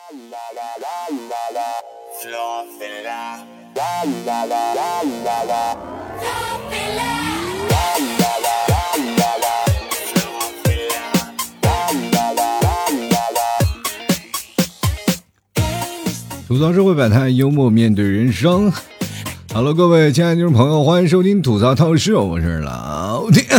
吐槽社会百态，幽默面对人生。Hello， 各位亲爱的听众朋友，欢迎收听吐槽透视，我是老铁。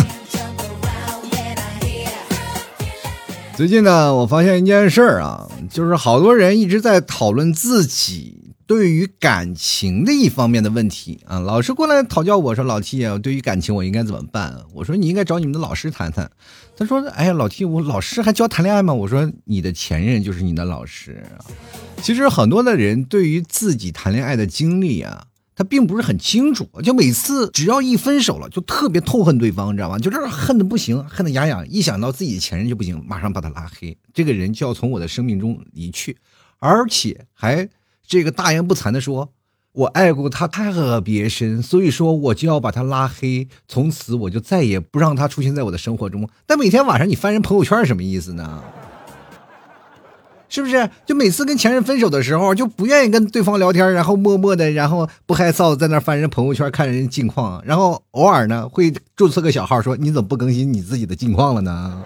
最近呢，我发现一件事儿啊，就是好多人一直在讨论自己对于感情的一方面的问题啊。老师过来讨教我说，老 T 啊，对于感情我应该怎么办？我说你应该找你们的老师谈谈。他说，哎呀，老 T， 我老师还教谈恋爱吗？我说你的前任就是你的老师啊。其实很多的人对于自己谈恋爱的经历啊，他并不是很清楚，就每次只要一分手了，就特别痛恨对方，你知道吗？就这恨得不行，恨得牙痒，一想到自己的前任就不行，马上把他拉黑，这个人就要从我的生命中离去，而且还这个大言不惭的说，我爱过他特别深，所以说我就要把他拉黑，从此我就再也不让他出现在我的生活中。但每天晚上你翻人朋友圈是什么意思呢？是不是就每次跟前任分手的时候就不愿意跟对方聊天，然后默默的，然后不害臊在那翻人朋友圈看人近况，然后偶尔呢会注册个小号说你怎么不更新你自己的近况了呢？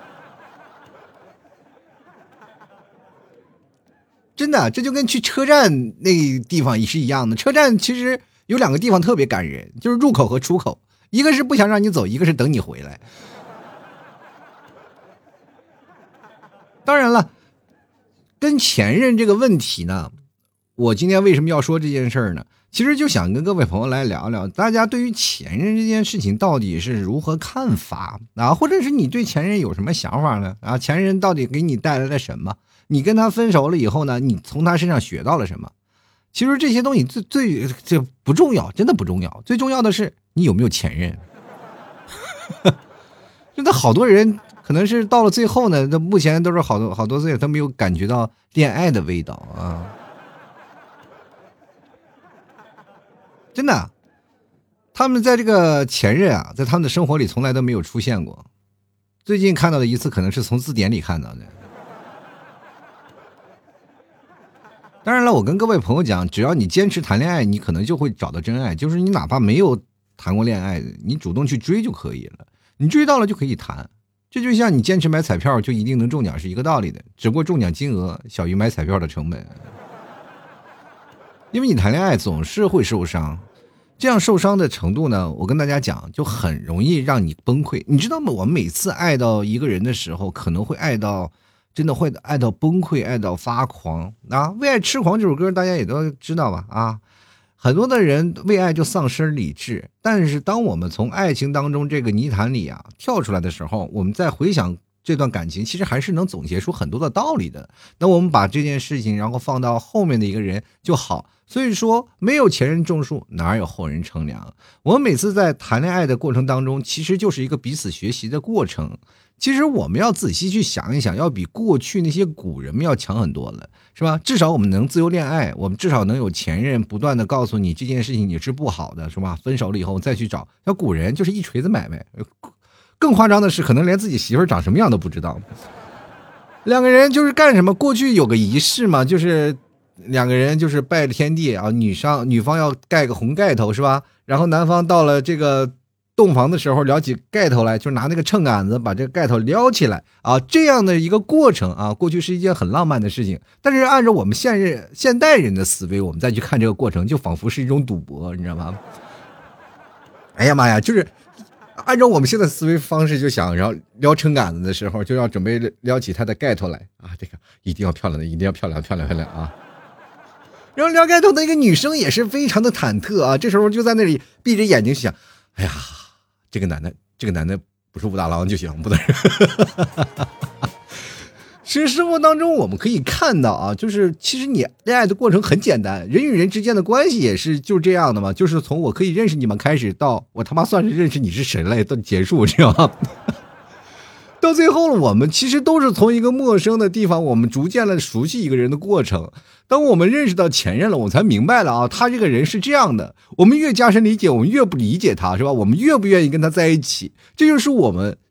真的，这就跟去车站那地方也是一样的。车站其实有两个地方特别感人，就是入口和出口，一个是不想让你走，一个是等你回来。当然了，跟前任这个问题呢，我今天为什么要说这件事儿呢？其实就想跟各位朋友来聊聊，大家对于前任这件事情到底是如何看法啊？或者是你对前任有什么想法呢？啊，前任到底给你带来了什么？你跟他分手了以后呢，你从他身上学到了什么？其实这些东西这不重要，真的不重要。最重要的是你有没有前任。真的好多人可能是到了最后呢，目前都是好多岁，他没有感觉到恋爱的味道啊！真的，他们在这个前任啊，在他们的生活里从来都没有出现过。最近看到的一次，可能是从字典里看到的。当然了，我跟各位朋友讲，只要你坚持谈恋爱，你可能就会找到真爱。就是你哪怕没有谈过恋爱，你主动去追就可以了。你追到了就可以谈。这就像你坚持买彩票就一定能中奖是一个道理的，只不过中奖金额小于买彩票的成本。因为你谈恋爱总是会受伤，这样受伤的程度呢，我跟大家讲就很容易让你崩溃。你知道吗？我们每次爱到一个人的时候，可能会爱到真的会爱到崩溃，爱到发狂啊！为爱痴狂这首歌大家也都知道吧？啊，很多的人为爱就丧失理智，但是当我们从爱情当中这个泥潭里啊跳出来的时候，我们再回想这段感情，其实还是能总结出很多的道理的。那我们把这件事情然后放到后面的一个人就好。所以说没有前人种树，哪有后人乘凉。我们每次在谈恋爱的过程当中，其实就是一个彼此学习的过程。其实我们要仔细去想一想，要比过去那些古人们要强很多了，是吧？至少我们能自由恋爱，我们至少能有前任不断的告诉你这件事情你是不好的，是吧？分手了以后再去找。像古人就是一锤子买卖，更夸张的是可能连自己媳妇儿长什么样都不知道。两个人就是干什么？过去有个仪式嘛，就是两个人就是拜了天地啊，女方要盖个红盖头，是吧？然后男方到了这个洞房的时候撩起盖头来，就拿那个秤杆子把这个盖头撩起来啊，这样的一个过程啊，过去是一件很浪漫的事情。但是按照我们现代人的思维，我们再去看这个过程，就仿佛是一种赌博，你知道吗？哎呀妈呀，就是按照我们现在思维方式就想，然后撩秤杆子的时候就要准备撩起它的盖头来啊，这个一定要漂亮的，一定要漂亮啊！然后撩盖头的一个女生也是非常的忐忑啊，这时候就在那里闭着眼睛想，哎呀，这个男的不是武大郎就行，不能。其实生活当中我们可以看到啊，就是其实你恋爱的过程很简单，人与人之间的关系也是就是这样的嘛，就是从我可以认识你们开始到我他妈算是认识你是谁了到结束，这样。到最后我们其实都是从一个陌生的地方，我们逐渐的熟悉一个人的过程。当我们认识到前任了，我才明白了啊，他这个人是这样的。我们越加深理解，我们越不理解他，是吧？我们越不愿意跟他在一起。这就是我们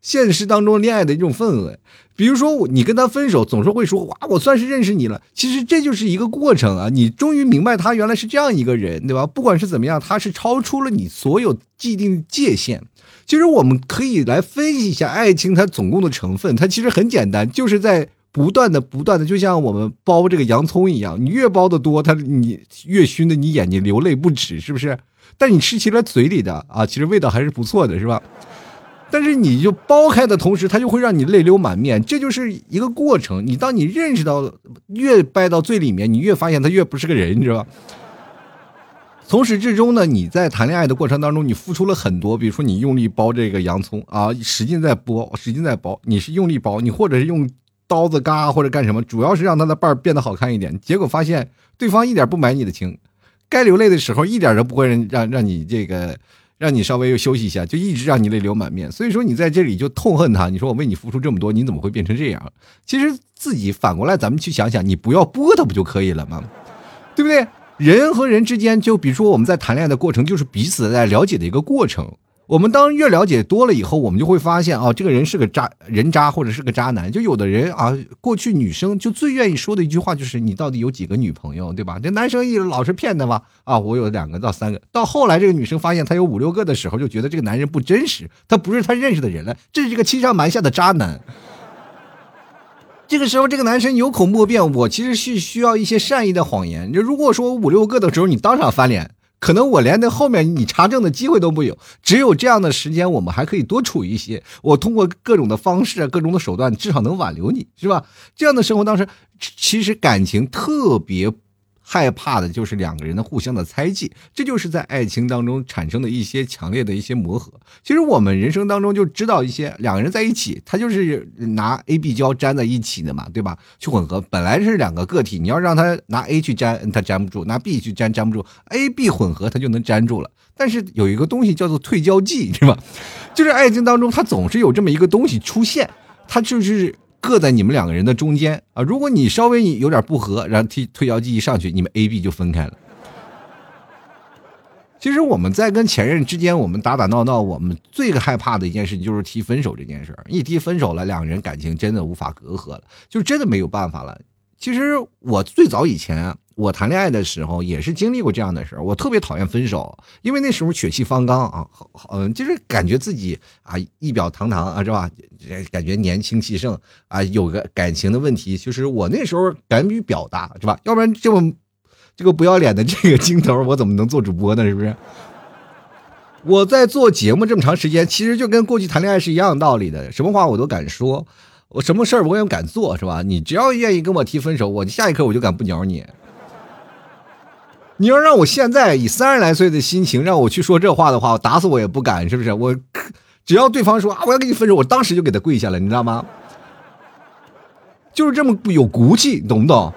现实当中恋爱的一种氛围。比如说你跟他分手，总是会说哇，我算是认识你了。其实这就是一个过程啊，你终于明白他原来是这样一个人，对吧？不管是怎么样，他是超出了你所有既定界限。其实我们可以来分析一下爱情它总共的成分，它其实很简单，就是在不断的，就像我们剥这个洋葱一样，你越剥的多，你越熏的你眼睛流泪不止，是不是？但你吃起了嘴里的啊，其实味道还是不错的，是吧？但是你就剥开的同时，它就会让你泪流满面，这就是一个过程。你当你认识到越掰到最里面，你越发现他越不是个人，你知道吧？从始至终呢，你在谈恋爱的过程当中，你付出了很多，比如说你用力剥这个洋葱啊，使劲在剥，使劲在剥，你是用力剥，你或者是用刀子嘎或者干什么，主要是让它的瓣变得好看一点。结果发现对方一点不买你的情，该流泪的时候一点都不会让你这个。让你稍微又休息一下，就一直让你泪流满面。所以说你在这里就痛恨他，你说我为你付出这么多，你怎么会变成这样？其实自己反过来咱们去想想，你不要剥他不就可以了吗？对不对？人和人之间，就比如说我们在谈恋爱的过程，就是彼此在了解的一个过程。我们当越了解多了以后，我们就会发现啊，这个人是个人渣或者是个渣男。就有的人啊，过去女生就最愿意说的一句话就是你到底有几个女朋友，对吧？这男生一老是骗的嘛，啊，我有2个到3个。到后来这个女生发现他有5、6个的时候，就觉得这个男人不真实，他不是他认识的人了，这是一个欺上瞒下的渣男。这个时候这个男生有口莫辩，我其实是需要一些善意的谎言。就如果说5、6个的时候你当场翻脸，可能我连那后面你查证的机会都没有。只有这样的时间，我们还可以多处一些，我通过各种的方式各种的手段至少能挽留你，是吧？这样的生活当时其实感情特别害怕的就是2个人的互相的猜忌，这就是在爱情当中产生的一些强烈的一些磨合。其实我们人生当中就知道一些2个人在一起，他就是拿 AB 胶粘在一起的嘛，对吧？去混合，本来是2个个体，你要让他拿 A 去粘，他粘不住；拿 B 去粘不住 ，AB 混合他就能粘住了。但是有一个东西叫做退焦剂，是吧？就是爱情当中它总是有这么一个东西出现，它就是搁在你们2个人的中间啊，如果你稍微有点不合，然后退焦剂一上去，你们 A、B 就分开了。其实我们在跟前任之间，我们打打闹闹，我们最害怕的一件事情就是提分手这件事儿。一提分手了，2个人感情真的无法隔阂了，就真的没有办法了。其实我最早以前我谈恋爱的时候也是经历过这样的事儿，我特别讨厌分手，因为那时候血气方刚啊，就是感觉自己啊仪表堂堂啊，是吧？感觉年轻气盛啊，有个感情的问题，就是我那时候敢于表达，是吧？要不然这个不要脸的这个镜头，我怎么能做主播呢？是不是？我在做节目这么长时间，其实就跟过去谈恋爱是一样的道理的，什么话我都敢说。我什么事儿我也敢做，是吧？你只要愿意跟我提分手，我下一刻我就敢不鸟你。你要让我现在以30来岁的心情让我去说这话的话，我打死我也不敢，是不是？我只要对方说啊我要跟你分手，我当时就给他跪下了，你知道吗？就是这么有骨气，懂不懂？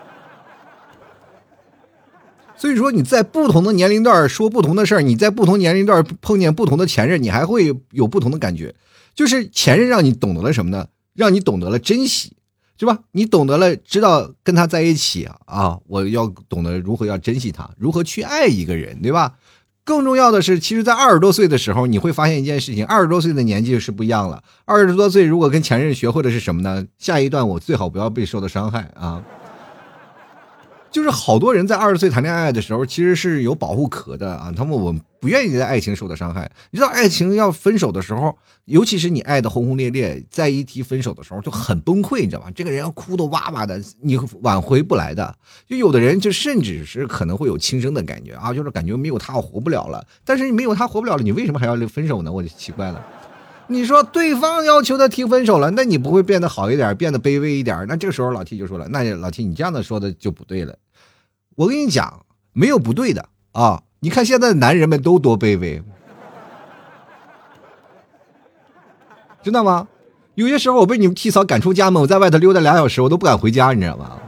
所以说你在不同的年龄段说不同的事儿，你在不同年龄段碰见不同的前任，你还会有不同的感觉。就是前任让你懂得了什么呢？让你懂得了珍惜，是吧？你懂得了知道跟他在一起啊，我要懂得如何要珍惜他，如何去爱一个人，对吧？更重要的是，其实在20多岁的时候，你会发现一件事情，20多岁的年纪是不一样了。20多岁如果跟前任学会的是什么呢？下一段我最好不要被受到伤害啊。就是好多人在20岁谈恋爱的时候，其实是有保护壳的啊，他们我不愿意在爱情受到伤害。你知道爱情要分手的时候，尤其是你爱的轰轰烈烈，在一提分手的时候就很崩溃，你知道吗？这个人要哭得哇哇的，你挽回不来的。就有的人就甚至是可能会有轻生的感觉啊，就是感觉没有他我活不了了。但是你没有他活不了了，你为什么还要分手呢？我就奇怪了。你说对方要求他提分手了，那你不会变得好一点，变得卑微一点？那这个时候老 T 就说了，那老 T 你这样的说的就不对了。我跟你讲，没有不对的啊！你看现在的男人们都多卑微，知道吗？有些时候我被你们替嫂赶出家门，我在外头溜达2小时，我都不敢回家，你知道吗？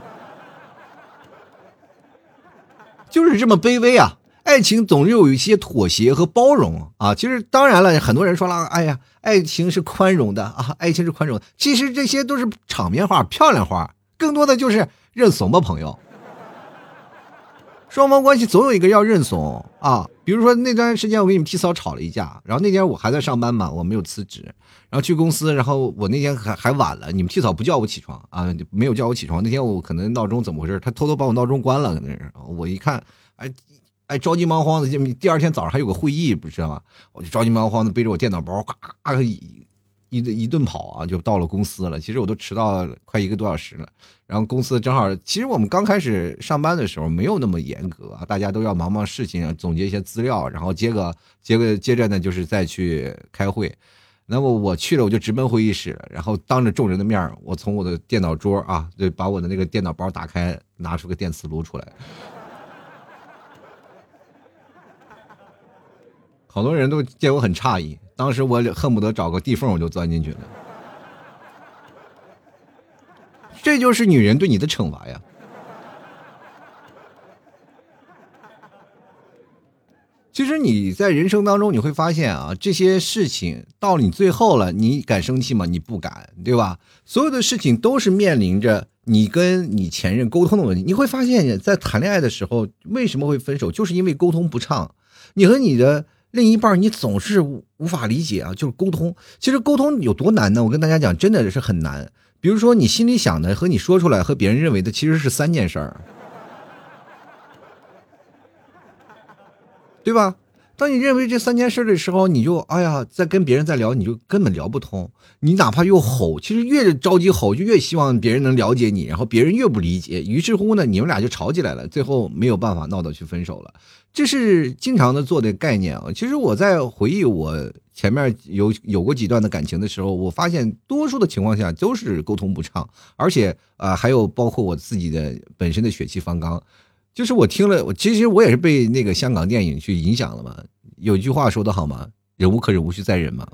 就是这么卑微啊！爱情总是有一些妥协和包容啊。其实当然了，很多人说了，哎呀，爱情是宽容的啊，爱情是宽容的。其实这些都是场面话、漂亮话，更多的就是认怂吧，朋友。 双方关系总有一个要认怂啊。比如说那段时间我跟你们替嫂吵了一架，然后那天我还在上班嘛，我没有辞职，然后去公司，然后我那天还晚了，你们替嫂不叫我起床啊，没有叫我起床。那天我可能闹钟怎么回事，他偷偷把我闹钟关了，可能是我一看，着急忙慌的，第二天早上还有个会议，不知道吗？我就着急忙慌的背着我电脑包，咔一顿跑啊，就到了公司了。其实我都迟到快1个多小时了。然后公司正好，其实我们刚开始上班的时候没有那么严格啊，大家都要忙事情，总结一些资料，然后接着呢就是再去开会。那么我去了，我就直奔会议室了，然后当着众人的面，我从我的电脑桌啊，对，把我的那个电脑包打开，拿出个电磁炉出来。好多人都见我很诧异，当时我恨不得找个地缝我就钻进去了。这就是女人对你的惩罚呀。其实你在人生当中你会发现啊，这些事情到你最后了，你敢生气吗？你不敢，对吧？所有的事情都是面临着你跟你前任沟通的问题。你会发现在谈恋爱的时候为什么会分手，就是因为沟通不畅。你和你的另一半你总是无法理解啊，就是沟通。其实沟通有多难呢？我跟大家讲，真的是很难。比如说你心里想的和你说出来和别人认为的其实是3件事儿，对吧？当你认为这3件事的时候，你就在跟别人在聊，你就根本聊不通。你哪怕又吼，其实越着急吼，就越希望别人能了解你，然后别人越不理解，于是乎呢，你们俩就吵起来了，最后没有办法闹到去分手了。这是经常的做的概念啊。其实我在回忆我前面有过几段的感情的时候，我发现多数的情况下都是沟通不畅，而且还有包括我自己的本身的血气方刚。就是我听了，其实我也是被那个香港电影去影响了嘛。有一句话说得好嘛，忍无可忍，无需再忍嘛。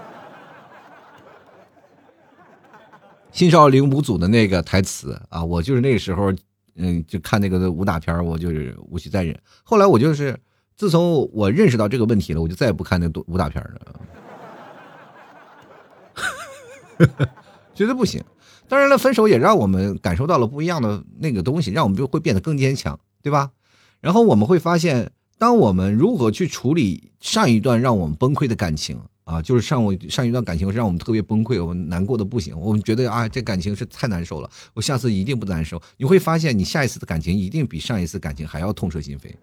新少林五祖的那个台词啊，我就是那个时候，就看那个武打片，我就是无需再忍。后来我就是，自从我认识到这个问题了，我就再也不看那武打片了，觉得不行。当然了，分手也让我们感受到了不一样的那个东西，让我们就会变得更坚强，对吧？然后我们会发现，当我们如何去处理上一段让我们崩溃的感情啊，就是上一段感情是让我们特别崩溃，我们难过的不行，我们觉得这感情是太难受了，我下次一定不难受。你会发现，你下一次的感情一定比上一次感情还要痛彻心扉。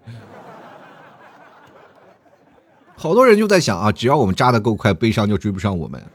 好多人就在想只要我们扎得够快，悲伤就追不上我们。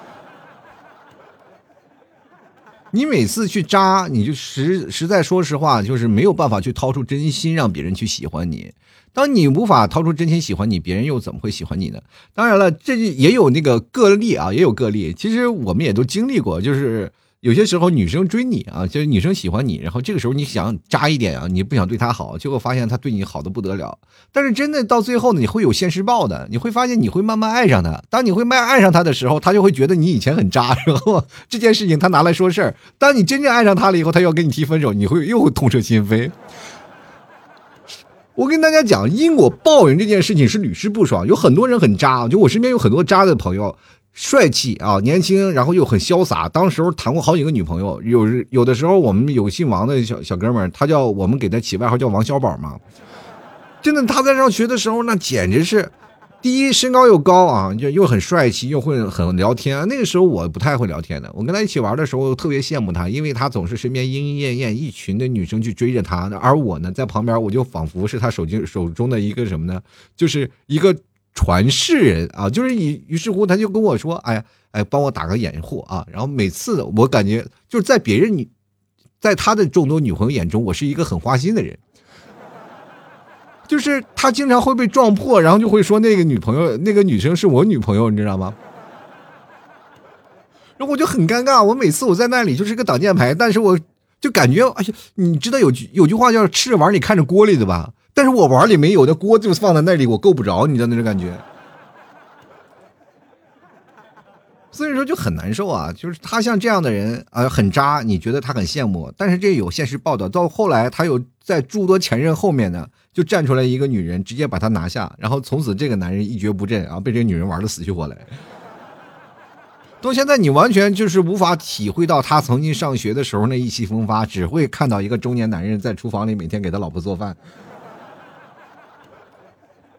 你每次去扎，你就实在说实话，就是没有办法去掏出真心让别人去喜欢你。当你无法掏出真心喜欢你，别人又怎么会喜欢你呢？当然了，这也有那个个例啊，也有个例。其实我们也都经历过，就是有些时候女生追你啊，就是女生喜欢你，然后这个时候你想扎一点啊，你不想对她好，结果发现她对你好的不得了。但是真的到最后呢，你会有现世报的，你会发现你会慢慢爱上她。当你会慢慢爱上她的时候，她就会觉得你以前很渣，然后这件事情她拿来说事儿。当你真正爱上她了以后，她要跟你提分手，你会又痛彻心扉。我跟大家讲，因果报应这件事情是屡试不爽，有很多人很渣，就我身边有很多渣的朋友。帅气啊，年轻，然后又很潇洒。当时谈过好几个女朋友，有的时候我们有姓王的小哥们儿，他叫我们给他起外号叫王小宝嘛。真的，他在上学的时候那简直是，第一身高又高啊，又很帅气，又会很聊天。那个时候我不太会聊天的，我跟他一起玩的时候特别羡慕他，因为他总是身边莺莺燕燕一群的女生去追着他，而我呢在旁边，我就仿佛是他手中的一个什么呢，就是一个传世人啊，就是于是乎他就跟我说，帮我打个掩护啊。然后每次我感觉就是在他的众多女朋友眼中，我是一个很花心的人，就是他经常会被撞破，然后就会说那个女生是我女朋友，你知道吗？然后我就很尴尬，我每次我在那里就是个挡箭牌，但是我就感觉你知道有句话叫吃着碗里看着锅里的吧。但是我碗里没有，那锅就放在那里，我够不着，你知道那种感觉。所以说就很难受啊，就是他像这样的人很渣，你觉得他很羡慕，但是这有现实报道，到后来他有在诸多前任后面呢，就站出来一个女人，直接把他拿下，然后从此这个男人一蹶不振啊，被这个女人玩得死去活来。到现在你完全就是无法体会到他曾经上学的时候那意气风发，只会看到一个中年男人在厨房里每天给他老婆做饭。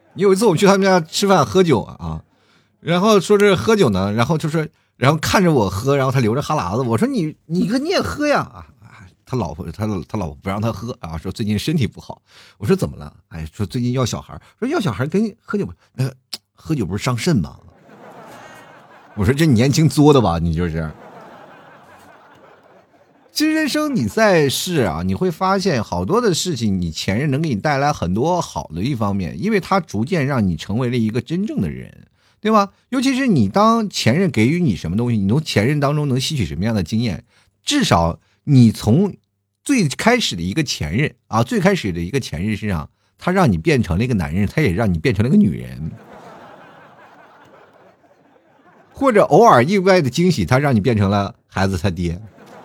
有一次我去他们家吃饭喝酒啊，然后说这喝酒呢，然后然后看着我喝，然后他流着哈喇子，我说你哥你也喝呀啊。他老婆不让他喝啊，说最近身体不好。我说怎么了？哎，说最近要小孩，说要小孩跟喝酒，喝酒不是伤肾吗？我说这年轻作的吧，你就是。其实人生你在世啊，你会发现好多的事情，你前任能给你带来很多好的一方面，因为他逐渐让你成为了一个真正的人，对吧？尤其是你当前任给予你什么东西，你从前任当中能吸取什么样的经验，至少你从最开始的一个前任啊，最开始的一个前任身上，他让你变成了一个男人，他也让你变成了一个女人，或者偶尔意外的惊喜，他让你变成了孩子他爹。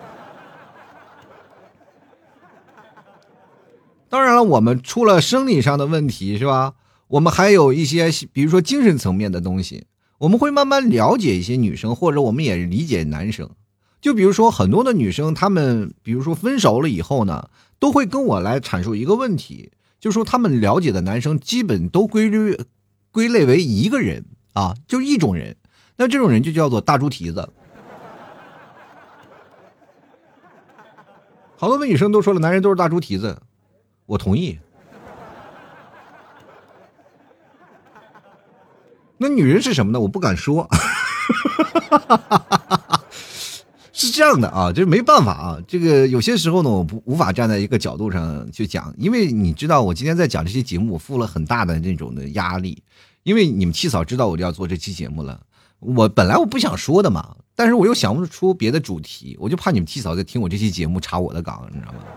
当然了，我们除了生理上的问题，是吧？我们还有一些，比如说精神层面的东西，我们会慢慢了解一些女生，或者我们也理解男生。就比如说很多的女生，她们比如说分手了以后呢，都会跟我来阐述一个问题，就是说她们了解的男生基本都归类为一个人啊，就一种人。那这种人就叫做大猪蹄子。好多的女生都说了，男人都是大猪蹄子。我同意。那女人是什么呢？我不敢说。是这样的啊，这没办法啊。这个有些时候呢，我无法站在一个角度上去讲，因为你知道，我今天在讲这期节目，我负了很大的这种的压力，因为你们七嫂知道我就要做这期节目了。我本来我不想说的嘛，但是我又想不出别的主题，我就怕你们七嫂在听我这期节目查我的岗，你知道吗？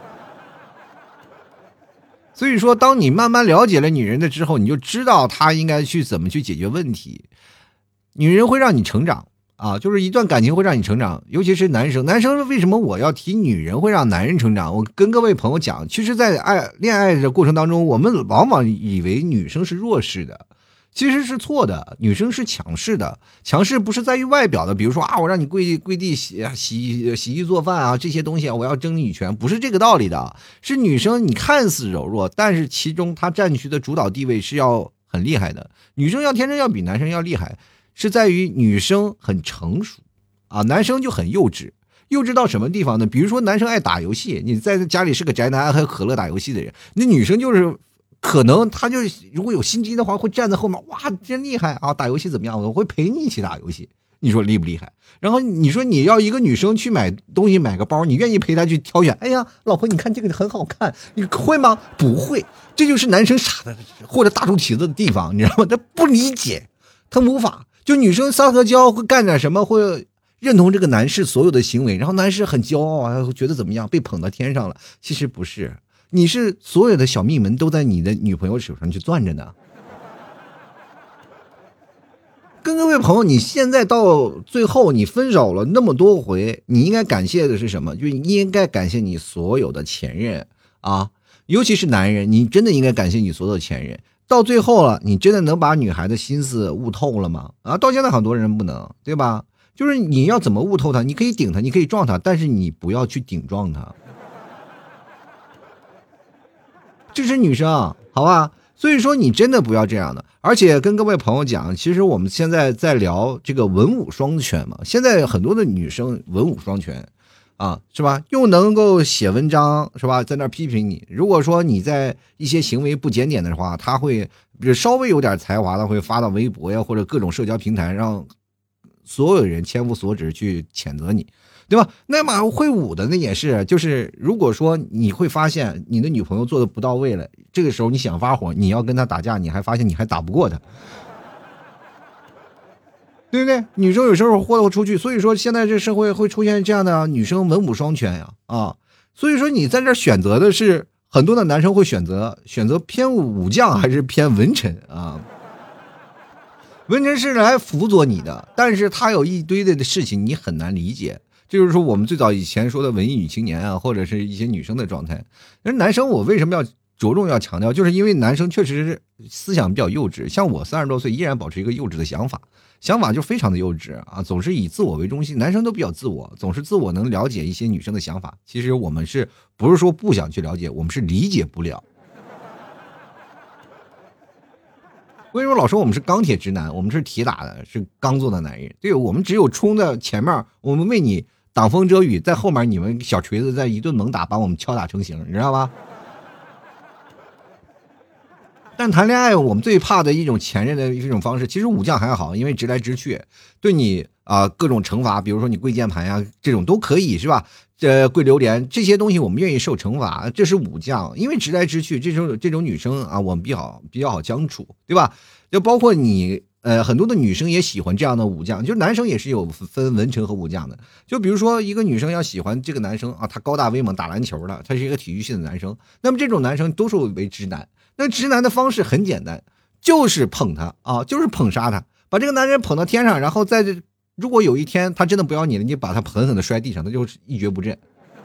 所以说，当你慢慢了解了女人的之后，你就知道她应该去怎么去解决问题。女人会让你成长啊，就是一段感情会让你成长，尤其是男生。男生为什么我要提女人会让男人成长？我跟各位朋友讲，其实，在恋爱的过程当中，我们往往以为女生是弱势的。其实是错的，女生是强势的。强势不是在于外表的，比如说啊，我让你跪地洗衣做饭啊，这些东西啊，我要争女权，不是这个道理的。是女生你看似柔弱，但是其中她占据的主导地位是要很厉害的。女生天生要比男生要厉害，是在于女生很成熟啊，男生就很幼稚。幼稚到什么地方呢？比如说男生爱打游戏，你在家里是个宅男，爱喝可乐打游戏的人，那女生就是可能他就如果有心机的话，会站在后面，哇，真厉害啊！打游戏怎么样？我会陪你一起打游戏，你说厉不厉害？然后你说你要一个女生去买东西，买个包，你愿意陪她去挑选？哎呀，老婆，你看这个很好看，你会吗？不会，这就是男生傻的或者大猪蹄子的地方，你知道吗？他不理解，他无法。就女生撒个娇会干点什么，会认同这个男士所有的行为，然后男士很骄傲啊，觉得怎么样，被捧到天上了。其实不是。你是所有的小秘门都在你的女朋友手上去攥着呢。跟各位朋友，你现在到最后你分手了那么多回，你应该感谢的是什么？就应该感谢你所有的前任啊，尤其是男人，你真的应该感谢你所有的前任。到最后了，你真的能把女孩的心思悟透了吗？啊，到现在很多人不能，对吧？就是你要怎么悟透她？你可以顶她，你可以撞她，但是你不要去顶撞她。这是女生，好吧？所以说你真的不要这样的。而且跟各位朋友讲，其实我们现在在聊这个文武双全嘛。现在很多的女生文武双全啊，是吧？又能够写文章，是吧？在那批评你。如果说你在一些行为不检点的话，她会比如稍微有点才华的，会发到微博呀或者各种社交平台，让所有人千夫所指去谴责你。对吧？那么会武的那也是，就是如果说你会发现你的女朋友做的不到位了，这个时候你想发火，你要跟她打架，你还发现你还打不过她，对不对？女生有时候豁得出去，所以说现在这社会会出现这样的女生文武双全呀啊，所以说你在这选择的是很多的男生会选择偏武将还是偏文臣啊？文臣是来辅佐你的，但是他有一堆的事情你很难理解。这就是说我们最早以前说的文艺女青年啊，或者是一些女生的状态。而男生我为什么要着重要强调，就是因为男生确实是思想比较幼稚，像我30多岁依然保持一个幼稚的想法就非常的幼稚啊，总是以自我为中心。男生都比较自我，总是自我能了解一些女生的想法，其实我们是不是说不想去了解，我们是理解不了。 为什么老说我们是钢铁直男？我们是铁打的，是刚做的男人。对，我们只有冲在前面，我们为你挡风遮雨，在后面你们小锤子再一顿猛打，把我们敲打成型，你知道吧？但谈恋爱，我们最怕的一种前任的一种方式，其实武将还好，因为直来直去，对你各种惩罚，比如说你跪键盘呀，这种都可以是吧？跪榴莲这些东西，我们愿意受惩罚，这是武将，因为直来直去，这种女生啊，我们比较好相处，对吧？就包括你。很多的女生也喜欢这样的武将，就男生也是有分文臣和武将的。就比如说一个女生要喜欢这个男生啊，他高大威猛，打篮球的，他是一个体育系的男生，那么这种男生多数为直男。那直男的方式很简单，就是捧他啊，就是捧杀他，把这个男人捧到天上，然后如果有一天他真的不要你了，你把他狠狠的摔地上，他就一蹶不振。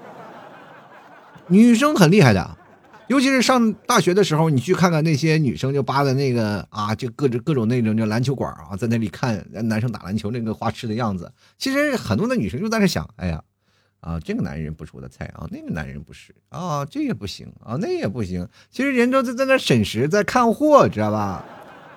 女生很厉害的，尤其是上大学的时候，你去看看那些女生就扒在那个啊，就各种那种就篮球馆啊，在那里看男生打篮球那个花痴的样子。其实很多的女生就在那想，哎呀，啊，这个男人不是我的菜啊，那个男人不是啊，这也不行啊，那也不行。其实人都在那审时，在看货，知道吧？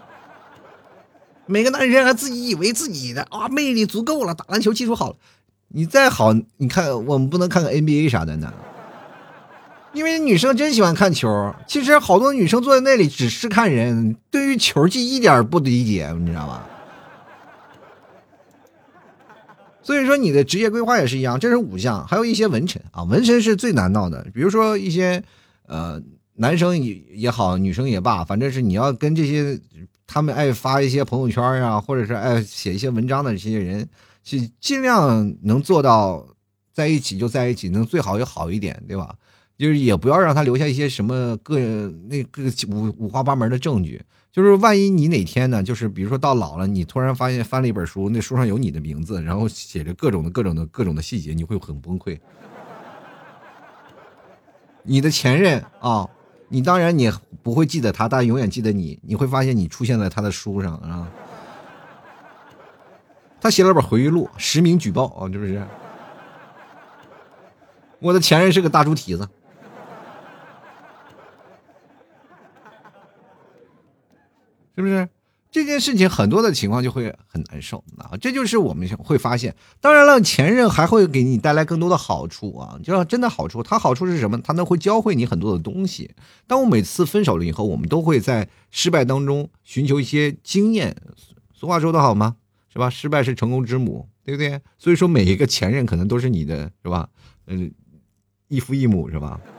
每个男人还自己以为自己的啊魅力足够了，打篮球技术好了，你再好，你看我们不能看看 NBA 啥的呢？因为女生真喜欢看球，其实好多女生坐在那里只是看人，对于球技一点不理解，你知道吗？所以说你的职业规划也是一样，这是武将，还有一些文臣啊，文臣是最难闹的。比如说一些男生也好，女生也罢，反正是你要跟这些他们爱发一些朋友圈啊，或者是爱写一些文章的这些人，去尽量能做到在一起就在一起，能最好也好一点，对吧？就是也不要让他留下一些什么那个五花八门的证据。就是万一你哪天呢，就是比如说到老了，你突然发现翻了一本书，那书上有你的名字，然后写着各种的细节，你会很崩溃。你的前任啊，你当然你不会记得他，但永远记得你。你会发现你出现在他的书上啊，他写了本回忆录，实名举报啊，是不是？我的前任是个大猪蹄子。是不是这件事情很多的情况就会很难受啊？这就是我们会发现，当然了，前任还会给你带来更多的好处啊，就真的好处。它好处是什么？它能会教会你很多的东西。当我每次分手了以后，我们都会在失败当中寻求一些经验。俗话说得好吗？是吧？失败是成功之母，对不对？所以说每一个前任可能都是你的，是吧？异父异母，是吧？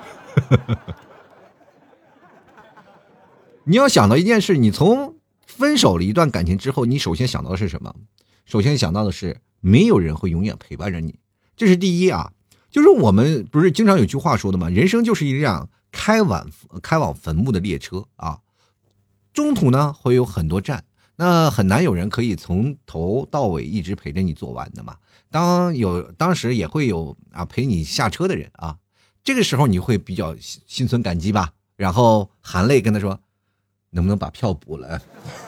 你要想到一件事，你从分手了一段感情之后，你首先想到的是什么？首先想到的是没有人会永远陪伴着你，这是第一啊。就是我们不是经常有句话说的吗？人生就是一辆开往坟墓的列车啊，中途呢会有很多站，那很难有人可以从头到尾一直陪着你做完的嘛。当时也会有啊陪你下车的人啊，这个时候你会比较心存感激吧，然后含泪跟他说，能不能把票补了？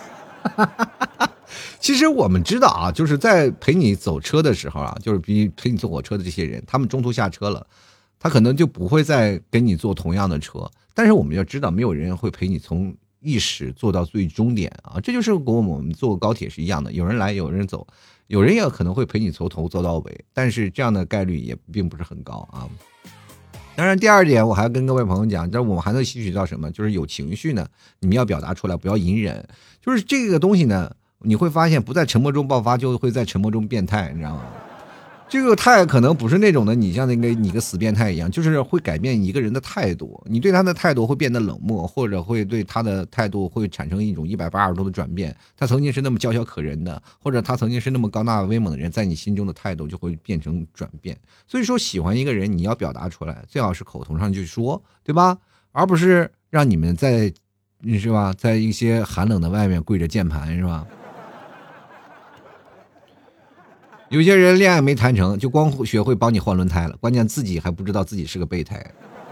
其实我们知道啊，就是在陪你走车的时候啊，就是陪你坐火车的这些人，他们中途下车了，他可能就不会再跟你坐同样的车。但是我们要知道，没有人会陪你从一始坐到最终点啊，这就是跟我们坐高铁是一样的，有人来有人走，有人也可能会陪你从头坐到尾，但是这样的概率也并不是很高啊。当然，第二点我还要跟各位朋友讲，但我们还能吸取到什么？就是有情绪呢，你们要表达出来，不要隐忍。就是这个东西呢，你会发现不在沉默中爆发，就会在沉默中变态，你知道吗？这个态可能不是那种的，你像你个死变态一样，就是会改变一个人的态度，你对他的态度会变得冷漠，或者会对他的态度会产生一种180度的转变。他曾经是那么娇小可人的，或者他曾经是那么高大威猛的人，在你心中的态度就会变成转变。所以说，喜欢一个人，你要表达出来，最好是口头上去说，对吧？而不是让你们是吧，在一些寒冷的外面跪着键盘，是吧？有些人恋爱没谈成，就光学会帮你换轮胎了，关键自己还不知道自己是个备胎。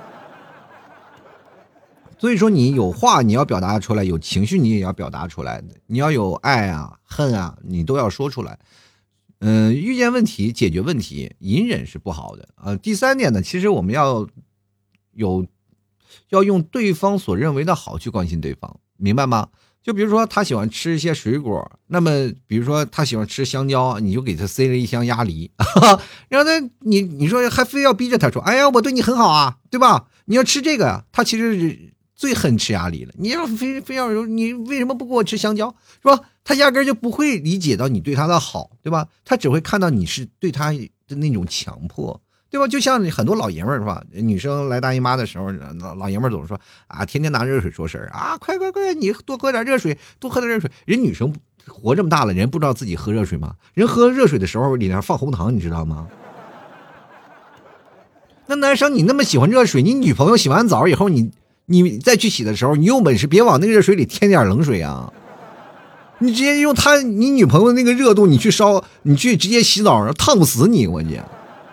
所以说，你有话你要表达出来，有情绪你也要表达出来的，你要有爱啊、恨啊，你都要说出来。遇见问题解决问题，隐忍是不好的。第三点呢，其实我们要用对方所认为的好去关心对方，明白吗？ 就比如说他喜欢吃一些水果，那么比如说他喜欢吃香蕉，你就给他塞了一箱鸭梨，然后呢，你说还非要逼着他说，哎呀，我对你很好啊，对吧？你要吃这个，他其实是最恨吃鸭梨了。你要非要你为什么不给我吃香蕉，是吧？他压根就不会理解到你对他的好，对吧？他只会看到你是对他的那种强迫。对吧？就像很多老爷们儿是吧？女生来大姨妈的时候，老爷们儿总是说啊，天天拿热水说事儿啊，快快快，你多喝点热水，多喝点热水。人女生活这么大了，人不知道自己喝热水吗？人喝热水的时候里面放红糖，你知道吗？那男生你那么喜欢热水，你女朋友洗完澡以后，你再去洗的时候，你有本事别往那个热水里添点冷水啊！你直接用你女朋友那个热度，你去烧，你去直接洗澡，烫不死你，我去。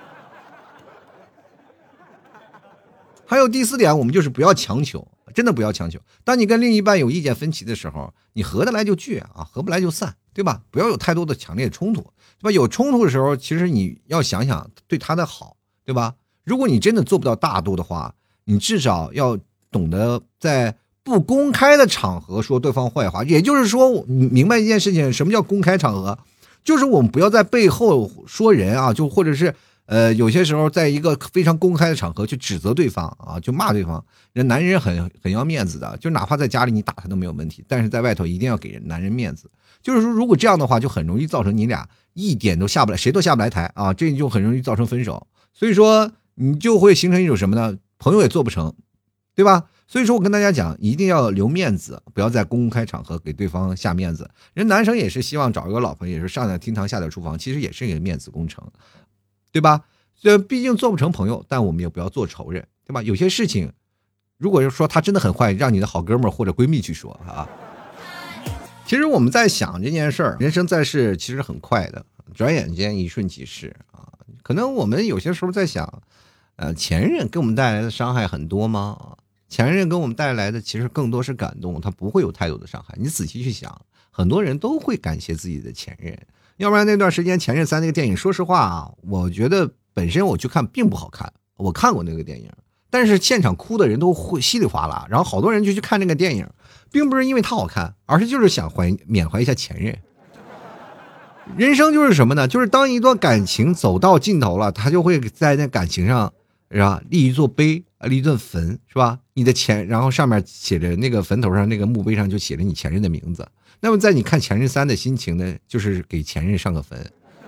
还有第4点，我们就是不要强求，真的不要强求。当你跟另一半有意见分歧的时候，你合得来就聚啊，合不来就散，对吧？不要有太多的强烈冲突，对吧？有冲突的时候，其实你要想想对他的好，对吧？如果你真的做不到大度的话，你至少要懂得在不公开的场合说对方坏话。也就是说，你明白一件事情，什么叫公开场合？就是我们不要在背后说人啊，就或者是有些时候在一个非常公开的场合去指责对方啊，就骂对方。人男人很要面子的，就哪怕在家里你打他都没有问题，但是在外头一定要给男人面子。就是说，如果这样的话，就很容易造成你俩一点都下不来，谁都下不来台啊，这就很容易造成分手。所以说，你就会形成一种什么呢？朋友也做不成，对吧？所以说我跟大家讲，一定要留面子，不要在公开场合给对方下面子。人男生也是希望找一个老婆，也是上点厅堂下点厨房，其实也是一个面子工程，对吧？这毕竟做不成朋友，但我们也不要做仇人，对吧？有些事情，如果是说他真的很坏，让你的好哥们儿或者闺蜜去说啊。其实我们在想这件事儿，人生在世其实很快的，转眼间一瞬即逝啊。可能我们有些时候在想，前任给我们带来的伤害很多吗？前任给我们带来的其实更多是感动，他不会有太多的伤害。你仔细去想，很多人都会感谢自己的前任，要不然那段时间《前任3》那个电影，说实话啊，我觉得本身我去看并不好看，我看过那个电影，但是现场哭的人都会稀里哗啦，然后好多人就去看那个电影，并不是因为它好看，而是就是想缅怀一下前任。人生就是什么呢？就是当一段感情走到尽头了，他就会在那感情上是吧立一座碑，立一座坟，是吧？你的然后上面写着那个坟头上那个墓碑上就写着你前任的名字。那么在你看《前任3》的心情呢，就是给前任上个坟。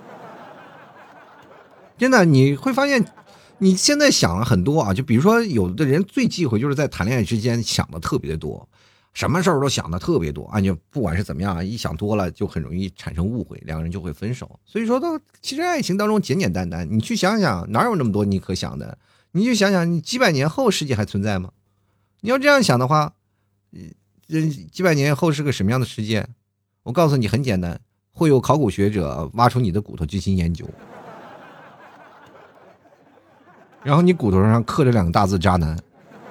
真的，你会发现，你现在想了很多啊，就比如说有的人最忌讳就是在谈恋爱之间想的特别的多，什么事儿都想的特别多啊，就不管是怎么样，一想多了就很容易产生误会，两个人就会分手。所以说到其实爱情当中简简单单，你去想想哪有那么多你可想的？你去想想，你几百年后世界还存在吗？你要这样想的话，几百年后是个什么样的世界？我告诉你很简单，会有考古学者挖出你的骨头进行研究，然后你骨头上刻着2个大字渣男，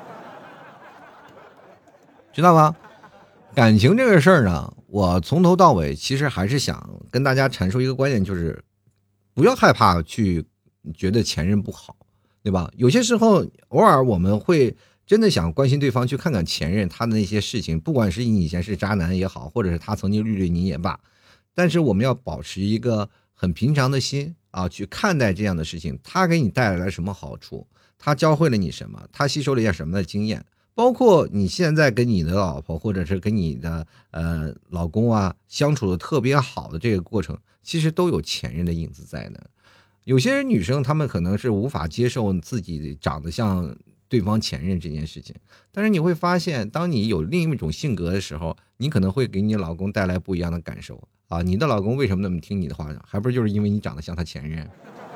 知道吗？感情这个事儿呢，我从头到尾其实还是想跟大家阐述一个观点，就是不要害怕去觉得前任不好，对吧？有些时候偶尔我们会真的想关心对方，去看看前任他的那些事情，不管是你以前是渣男也好，或者是他曾经绿了你也罢，但是我们要保持一个很平常的心啊，去看待这样的事情，他给你带来了什么好处，他教会了你什么，他吸收了一下什么的经验，包括你现在跟你的老婆或者是跟你的老公啊相处的特别好的这个过程，其实都有前任的影子在呢。有些女生她们可能是无法接受自己长得像对方前任这件事情，但是你会发现，当你有另一种性格的时候，你可能会给你老公带来不一样的感受啊！你的老公为什么那么听你的话，还不是就是因为你长得像他前任？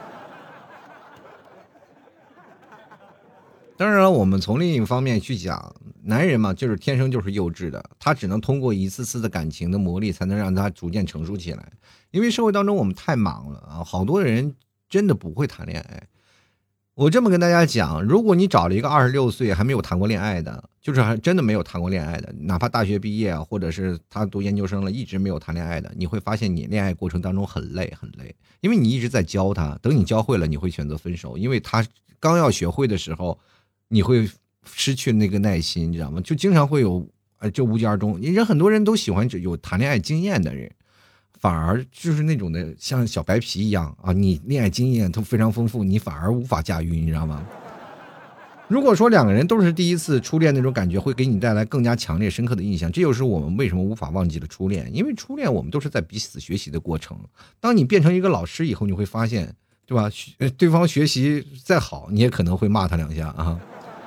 当然了，我们从另一方面去讲，男人嘛，就是天生就是幼稚的，他只能通过一次次的感情的磨砺，才能让他逐渐成熟起来。因为社会当中我们太忙了啊，好多人真的不会谈恋爱。我这么跟大家讲，如果你找了一个26岁还没有谈过恋爱的，就是还真的没有谈过恋爱的，哪怕大学毕业或者是他读研究生了，一直没有谈恋爱的，你会发现你恋爱过程当中很累很累，因为你一直在教他，等你教会了，你会选择分手，因为他刚要学会的时候，你会失去那个耐心，你知道吗？就经常会有就无疾而终。人很多人都喜欢有谈恋爱经验的人，反而就是那种的像小白皮一样啊，你恋爱经验都非常丰富，你反而无法驾驭，你知道吗？如果说两个人都是第一次初恋，那种感觉会给你带来更加强烈深刻的印象，这就是我们为什么无法忘记了初恋。因为初恋我们都是在彼此学习的过程，当你变成一个老师以后，你会发现，对吧？对方学习再好，你也可能会骂他两下啊，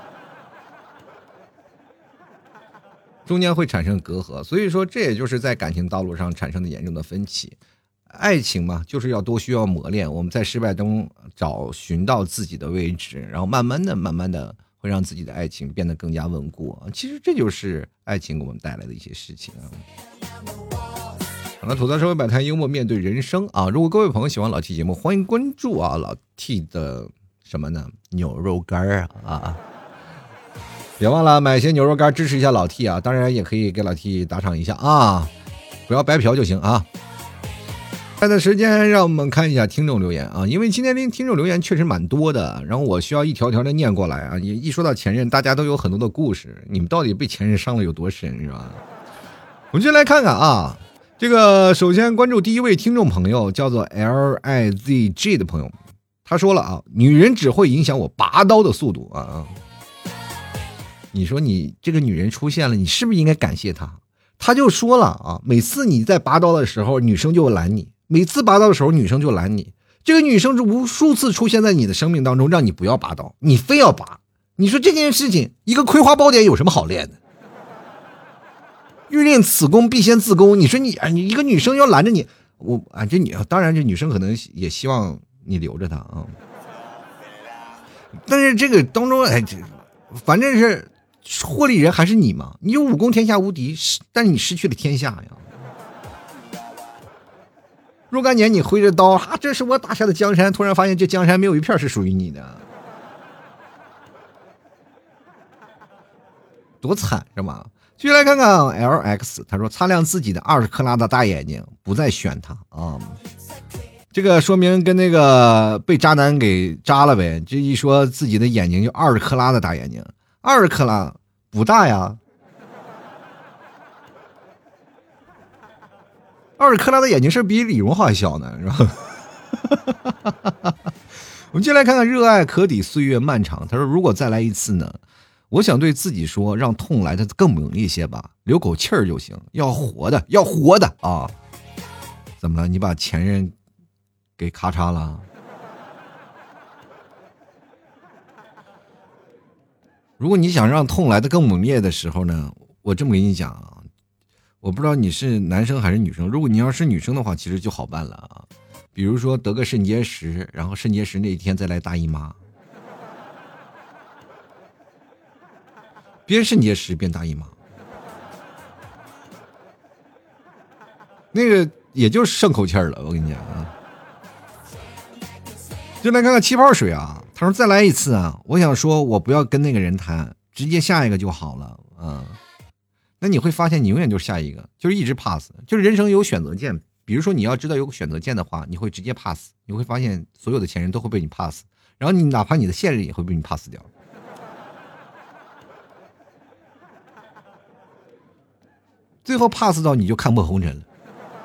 中间会产生隔阂。所以说这也就是在感情道路上产生的严重的分歧。爱情嘛，就是要多需要磨练，我们在失败中找寻到自己的位置，然后慢慢的会让自己的爱情变得更加稳固。其实这就是爱情给我们带来的一些事情啊。好了，吐槽社会百态，幽默面对人生啊！如果各位朋友喜欢老 T 节目，欢迎关注啊老 T 的什么呢？牛肉干啊！别忘了买些牛肉干支持一下老 T 啊！当然也可以给老 T 打赏一下啊，不要白嫖就行啊！在的时间，让我们看一下听众留言啊，因为今天听众留言确实蛮多的，然后我需要一条条的念过来啊。一说到前任，大家都有很多的故事，你们到底被前任伤了有多深，是吧？我们先来看看啊，这个首先关注第一位听众朋友叫做 LIZG 的朋友，他说了啊，女人只会影响我拔刀的速度啊。你说你这个女人出现了，你是不是应该感谢她？他就说了啊，每次你在拔刀的时候，女生就拦你。每次拔刀的时候，女生就拦你。这个女生是无数次出现在你的生命当中，让你不要拔刀，你非要拔。你说这件事情，一个葵花宝典有什么好练的？欲练此功，必先自宫。你说你一个女生要拦着你，当然这女生可能也希望你留着她啊。但是这个当中，反正是获利人还是你嘛？你有武功天下无敌，但是你失去了天下呀。若干年你挥着刀啊，这是我打下的江山，突然发现这江山没有一片是属于你的，多惨是吧？继续来看看 LX， 他说擦亮自己的20克拉的大眼睛，不再选他啊。这个说明跟那个被渣男给渣了呗，这一说自己的眼睛就20克拉的大眼睛，20克拉不大呀。20克拉的眼睛是比李荣浩还小呢，是吧？我们接下来看看热爱可抵岁月漫长。他说：“如果再来一次呢？我想对自己说，让痛来的更猛烈些吧，留口气儿就行。要活的，要活的啊！怎么了？你把前任给咔嚓了？如果你想让痛来的更猛烈的时候呢，我这么跟你讲啊。”我不知道你是男生还是女生，如果你要是女生的话，其实就好办了啊。比如说得个肾结石，然后肾结石那一天再来大姨妈，边肾结石边大姨妈，那个也就剩口气儿了。我跟你讲啊，就来看看气泡水啊。他说再来一次啊，我想说我不要跟那个人谈，直接下一个就好了啊。那你会发现你永远就是下一个，就是一直 pass， 就是人生有选择键。比如说你要知道有个选择键的话，你会直接 pass， 你会发现所有的前任都会被你 pass， 然后你哪怕你的现任也会被你 pass 掉。最后 pass 到你就看破红尘了。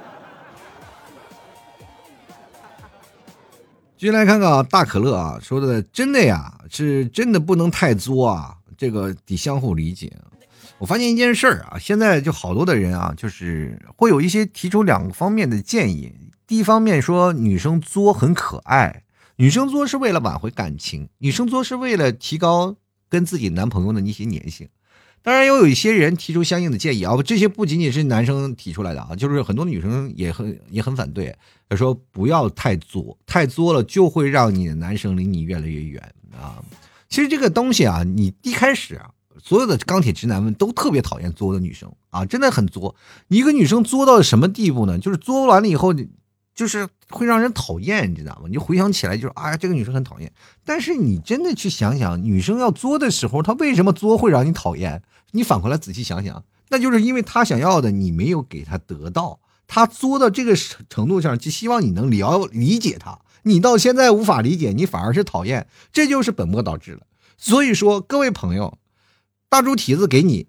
继续来看看啊，大可乐啊说的真的呀，是真的不能太作啊，这个得相互理解。我发现一件事啊，现在就好多的人啊，就是会有一些提出两个方面的建议。第一方面说女生作很可爱，女生作是为了挽回感情，女生作是为了提高跟自己男朋友的一些粘性。当然也有一些人提出相应的建议啊，这些不仅仅是男生提出来的啊，就是很多女生也很反对。他说不要太作，太作了就会让你的男生离你越来越远啊。其实这个东西啊，你一开始啊，所有的钢铁直男们都特别讨厌作的女生啊，真的很作。一个女生作到什么地步呢？就是作完了以后，就是会让人讨厌，你知道吗？你就回想起来就是这个女生很讨厌。但是你真的去想想，女生要作的时候，她为什么作会让你讨厌？你反过来仔细想想，那就是因为她想要的你没有给她得到，她作到这个程度上，就希望你能理解她。你到现在无法理解，你反而是讨厌，这就是本末倒置了。所以说，各位朋友，大猪蹄子给你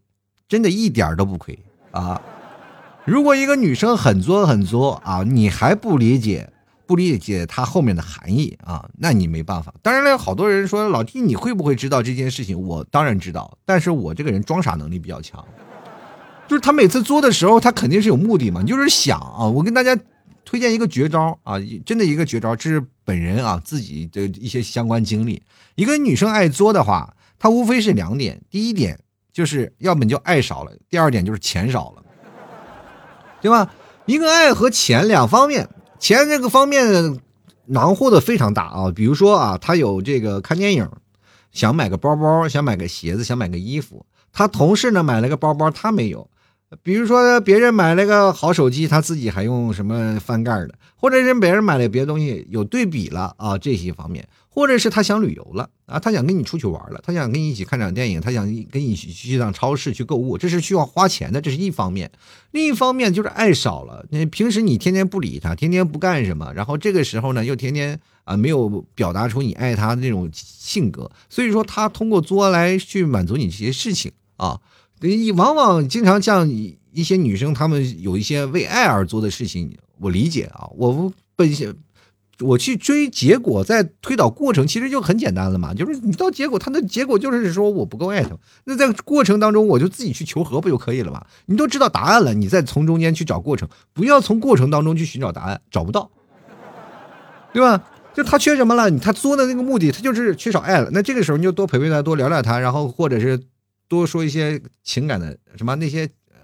真的一点都不亏啊。如果一个女生很作很作啊，你还不理解她后面的含义啊，那你没办法。当然了，好多人说老弟你会不会知道这件事情？我当然知道，但是我这个人装傻能力比较强，就是他每次作的时候，他肯定是有目的嘛，你就是想啊。我跟大家推荐一个绝招啊，真的一个绝招，这是本人啊自己的一些相关经历。一个女生爱作的话，她无非是2点，第一点就是要么就爱少了，第二点就是钱少了。对吧？一个爱和钱两方面，钱这个方面囊括的非常大啊。比如说啊，他有这个看电影，想买个包包，想买个鞋子，想买个衣服。他同事呢买了个包包，他没有。比如说别人买了个好手机，他自己还用什么翻盖的，或者是别人买了别的东西，有对比了啊这些方面，或者是他想旅游了啊，他想跟你出去玩了，他想跟你一起看场电影，他想跟你一起去趟超市去购物，这是需要花钱的，这是一方面。另一方面就是爱少了，那平时你天天不理他，天天不干什么，然后这个时候呢又天天啊没有表达出你爱他的那种性格，所以说他通过作来去满足你这些事情啊。往往经常像一些女生，她们有一些为爱而做的事情，我理解啊。我去追结果，在推导过程其实就很简单了嘛，就是你到结果，它的结果就是说我不够爱他，那在过程当中我就自己去求和不就可以了嘛？你都知道答案了，你再从中间去找过程，不要从过程当中去寻找答案，找不到，对吧？就他缺什么了？他作的那个目的，他就是缺少爱了。那这个时候你就多陪陪他，多聊聊他，然后或者是多说一些情感的什么那些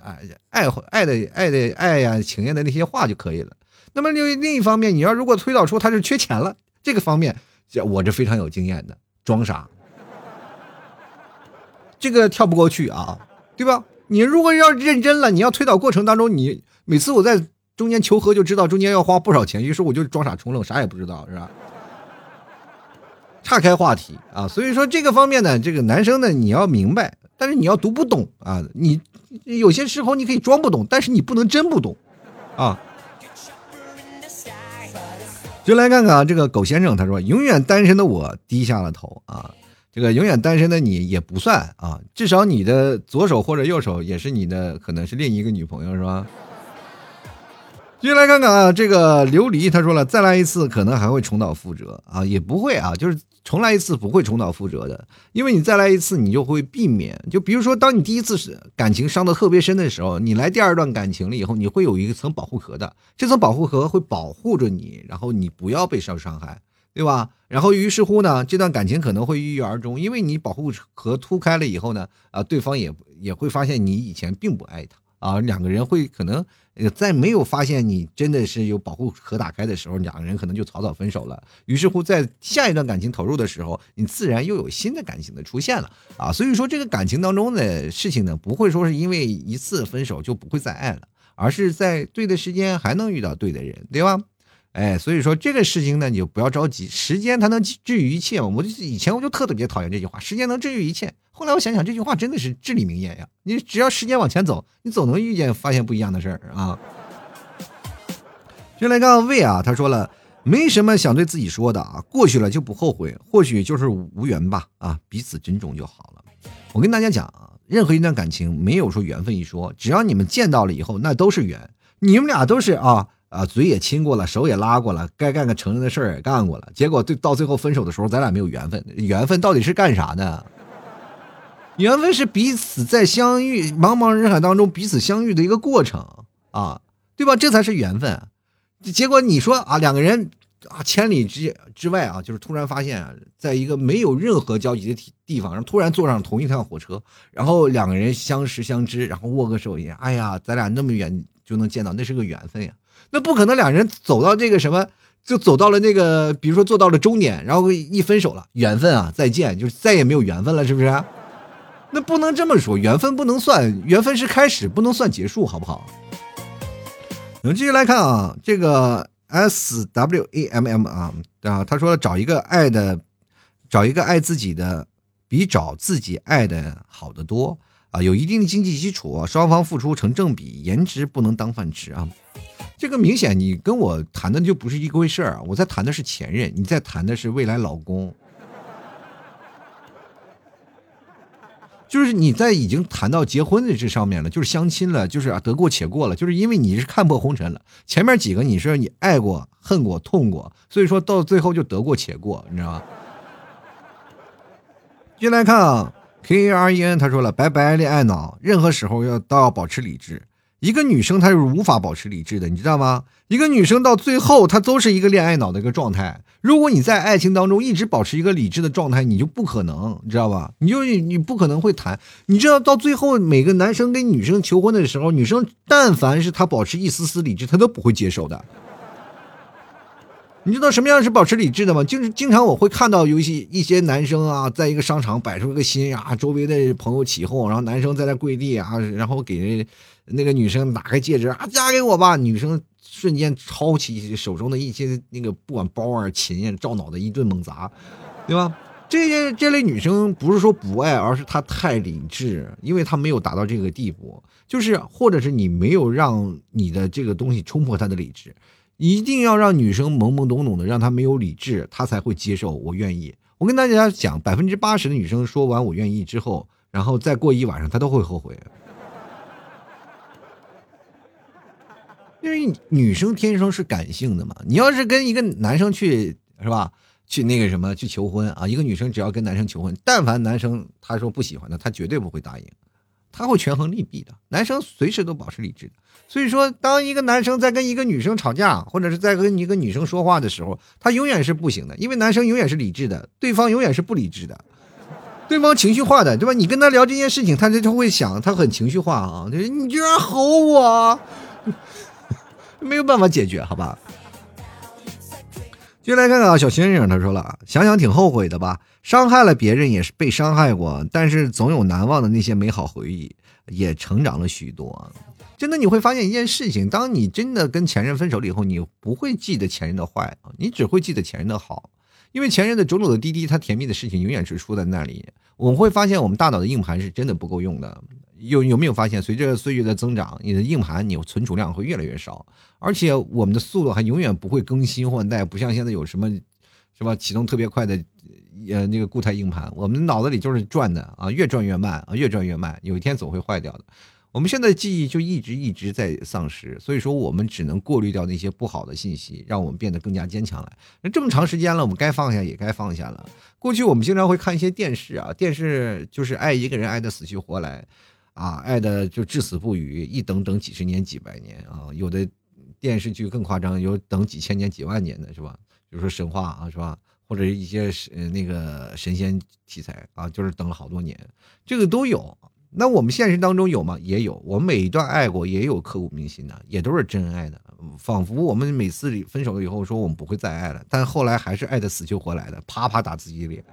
爱呀情愿的那些话就可以了。那么另一方面，你要如果推导出他是缺钱了，这个方面我这非常有经验的，装傻，这个跳不过去啊，对吧？你如果要认真了，你要推导过程当中，你每次我在中间求和就知道中间要花不少钱，于是我就装傻充愣，啥也不知道，是吧？岔开话题啊，所以说这个方面呢，这个男生呢你要明白，但是你要读不懂啊，你有些时候你可以装不懂，但是你不能真不懂啊。就来看看啊，这个狗先生他说，永远单身的我低下了头啊，这个永远单身的你也不算啊，至少你的左手或者右手也是你的，可能是另一个女朋友是吧？继续来看看啊，这个琉璃他说了，再来一次可能还会重蹈覆辙啊，也不会啊，就是重来一次不会重蹈覆辙的，因为你再来一次你就会避免，就比如说当你第一次感情伤得特别深的时候，你来第二段感情了以后，你会有一层保护壳的，这层保护壳会保护着你，然后你不要被受伤害，对吧？然后于是乎呢，这段感情可能会郁郁而终，因为你保护壳突开了以后呢，啊，对方也会发现你以前并不爱他啊，两个人会可能在没有发现你真的是有保护壳打开的时候，两个人可能就草草分手了。于是乎，在下一段感情投入的时候，你自然又有新的感情的出现了啊。所以说，这个感情当中的事情呢，不会说是因为一次分手就不会再爱了，而是在对的时间还能遇到对的人，对吧？哎，所以说这个事情呢，你就不要着急，时间它能治愈一切嘛。以前我就特别讨厌这句话，时间能治愈一切。后来我想想，这句话真的是至理名言呀！你只要时间往前走，你总能遇见发现不一样的事儿啊。就来看魏啊，他说了，没什么想对自己说的啊，过去了就不后悔，或许就是无缘吧啊，彼此珍重就好了。我跟大家讲啊，任何一段感情没有说缘分一说，只要你们见到了以后，那都是缘。你们俩都是嘴也亲过了，手也拉过了，该干个成人的事儿也干过了，结果到最后分手的时候，咱俩没有缘分。缘分到底是干啥呢？缘分是彼此在相遇，茫茫人海当中彼此相遇的一个过程啊，对吧？这才是缘分。结果你说啊，两个人啊，千里之外啊，就是突然发现啊，在一个没有任何交集的地方，然后突然坐上同一趟火车，然后两个人相识相知，然后握个手，哎呀，咱俩那么远就能见到，那是个缘分呀。那不可能两人走到这个什么，就走到了那个，比如说做到了终点，然后一分手了，缘分啊，再见，就是再也没有缘分了，是不是？那不能这么说，缘分不能算，缘分是开始，不能算结束，好不好？我们继续来看啊，这个 SWAMM 啊，他说找一个爱自己的，比找自己爱的好得多啊，有一定的经济基础，双方付出成正比，颜值不能当饭吃啊。这个明显你跟我谈的就不是一回事儿，我在谈的是前任，你在谈的是未来老公。 就是你在已经谈到结婚的这上面了，就是相亲了，就是得过且过了，就是因为你是看破红尘了，前面几个你是你爱过、恨过、痛过，所以说到最后就得过且过，你知道吗？进来看啊，KREN 他说了，拜拜恋爱脑，任何时候都要保持理智。一个女生她是无法保持理智的，你知道吗？一个女生到最后她都是一个恋爱脑的一个状态。如果你在爱情当中一直保持一个理智的状态，你就不可能，你知道吧？你不可能会谈。你知道到最后每个男生跟女生求婚的时候，女生但凡是她保持一丝丝理智，她都不会接受的。你知道什么样是保持理智的吗？就是经常我会看到有一些男生啊，在一个商场摆出一个心啊，周围的朋友起哄，然后男生在那跪地啊，然后给那个女生打开戒指啊，嫁给我吧。女生瞬间抄起手中的一些那个不管包啊、琴啊，照脑袋一顿猛砸，对吧？这类女生不是说不爱，而是她太理智，因为她没有达到这个地步，就是或者是你没有让你的这个东西冲破她的理智。一定要让女生懵懵懂懂的，让她没有理智，她才会接受我愿意。我跟大家讲，80%的女生说完我愿意之后，然后再过一晚上，她都会后悔。因为女生天生是感性的嘛，你要是跟一个男生去，是吧？去那个什么去求婚啊，一个女生只要跟男生求婚，但凡男生他说不喜欢的，她绝对不会答应。他会权衡利弊的，男生随时都保持理智的。所以说，当一个男生在跟一个女生吵架，或者是在跟一个女生说话的时候，他永远是不行的，因为男生永远是理智的，对方永远是不理智的，对方情绪化的，对吧？你跟他聊这件事情，他就会想，他很情绪化啊，就是你居然吼我，没有办法解决，好吧？接下来看看啊，小先生他说了，想想挺后悔的吧，伤害了别人也是被伤害过，但是总有难忘的那些美好回忆，也成长了许多。真的你会发现一件事情，当你真的跟前任分手了以后，你不会记得前任的坏，你只会记得前任的好，因为前任的种种的滴滴，他甜蜜的事情永远是出在那里。我们会发现我们大脑的硬盘是真的不够用的。有没有发现，随着岁月的增长，你的硬盘你存储量会越来越少，而且我们的速度还永远不会更新换代，不像现在有什么是吧启动特别快的那个固态硬盘，我们脑子里就是转的啊，越转越慢啊，越转越慢，有一天总会坏掉的。我们现在的记忆就一直在丧失，所以说我们只能过滤掉那些不好的信息，让我们变得更加坚强来。那这么长时间了，我们该放下也该放下了。过去我们经常会看一些电视啊，电视就是爱一个人爱的死去活来啊，爱的就至死不渝，一等等几十年几百年啊，有的电视剧更夸张，有等几千年几万年的是吧？比如说神话啊，是吧？或者一些那个神仙题材啊，就是等了好多年，这个都有。那我们现实当中有吗？也有，我们每一段爱过也有刻骨铭心的，也都是真爱的。仿佛我们每次分手了以后说我们不会再爱了，但后来还是爱的死去活来的，啪啪打自己脸。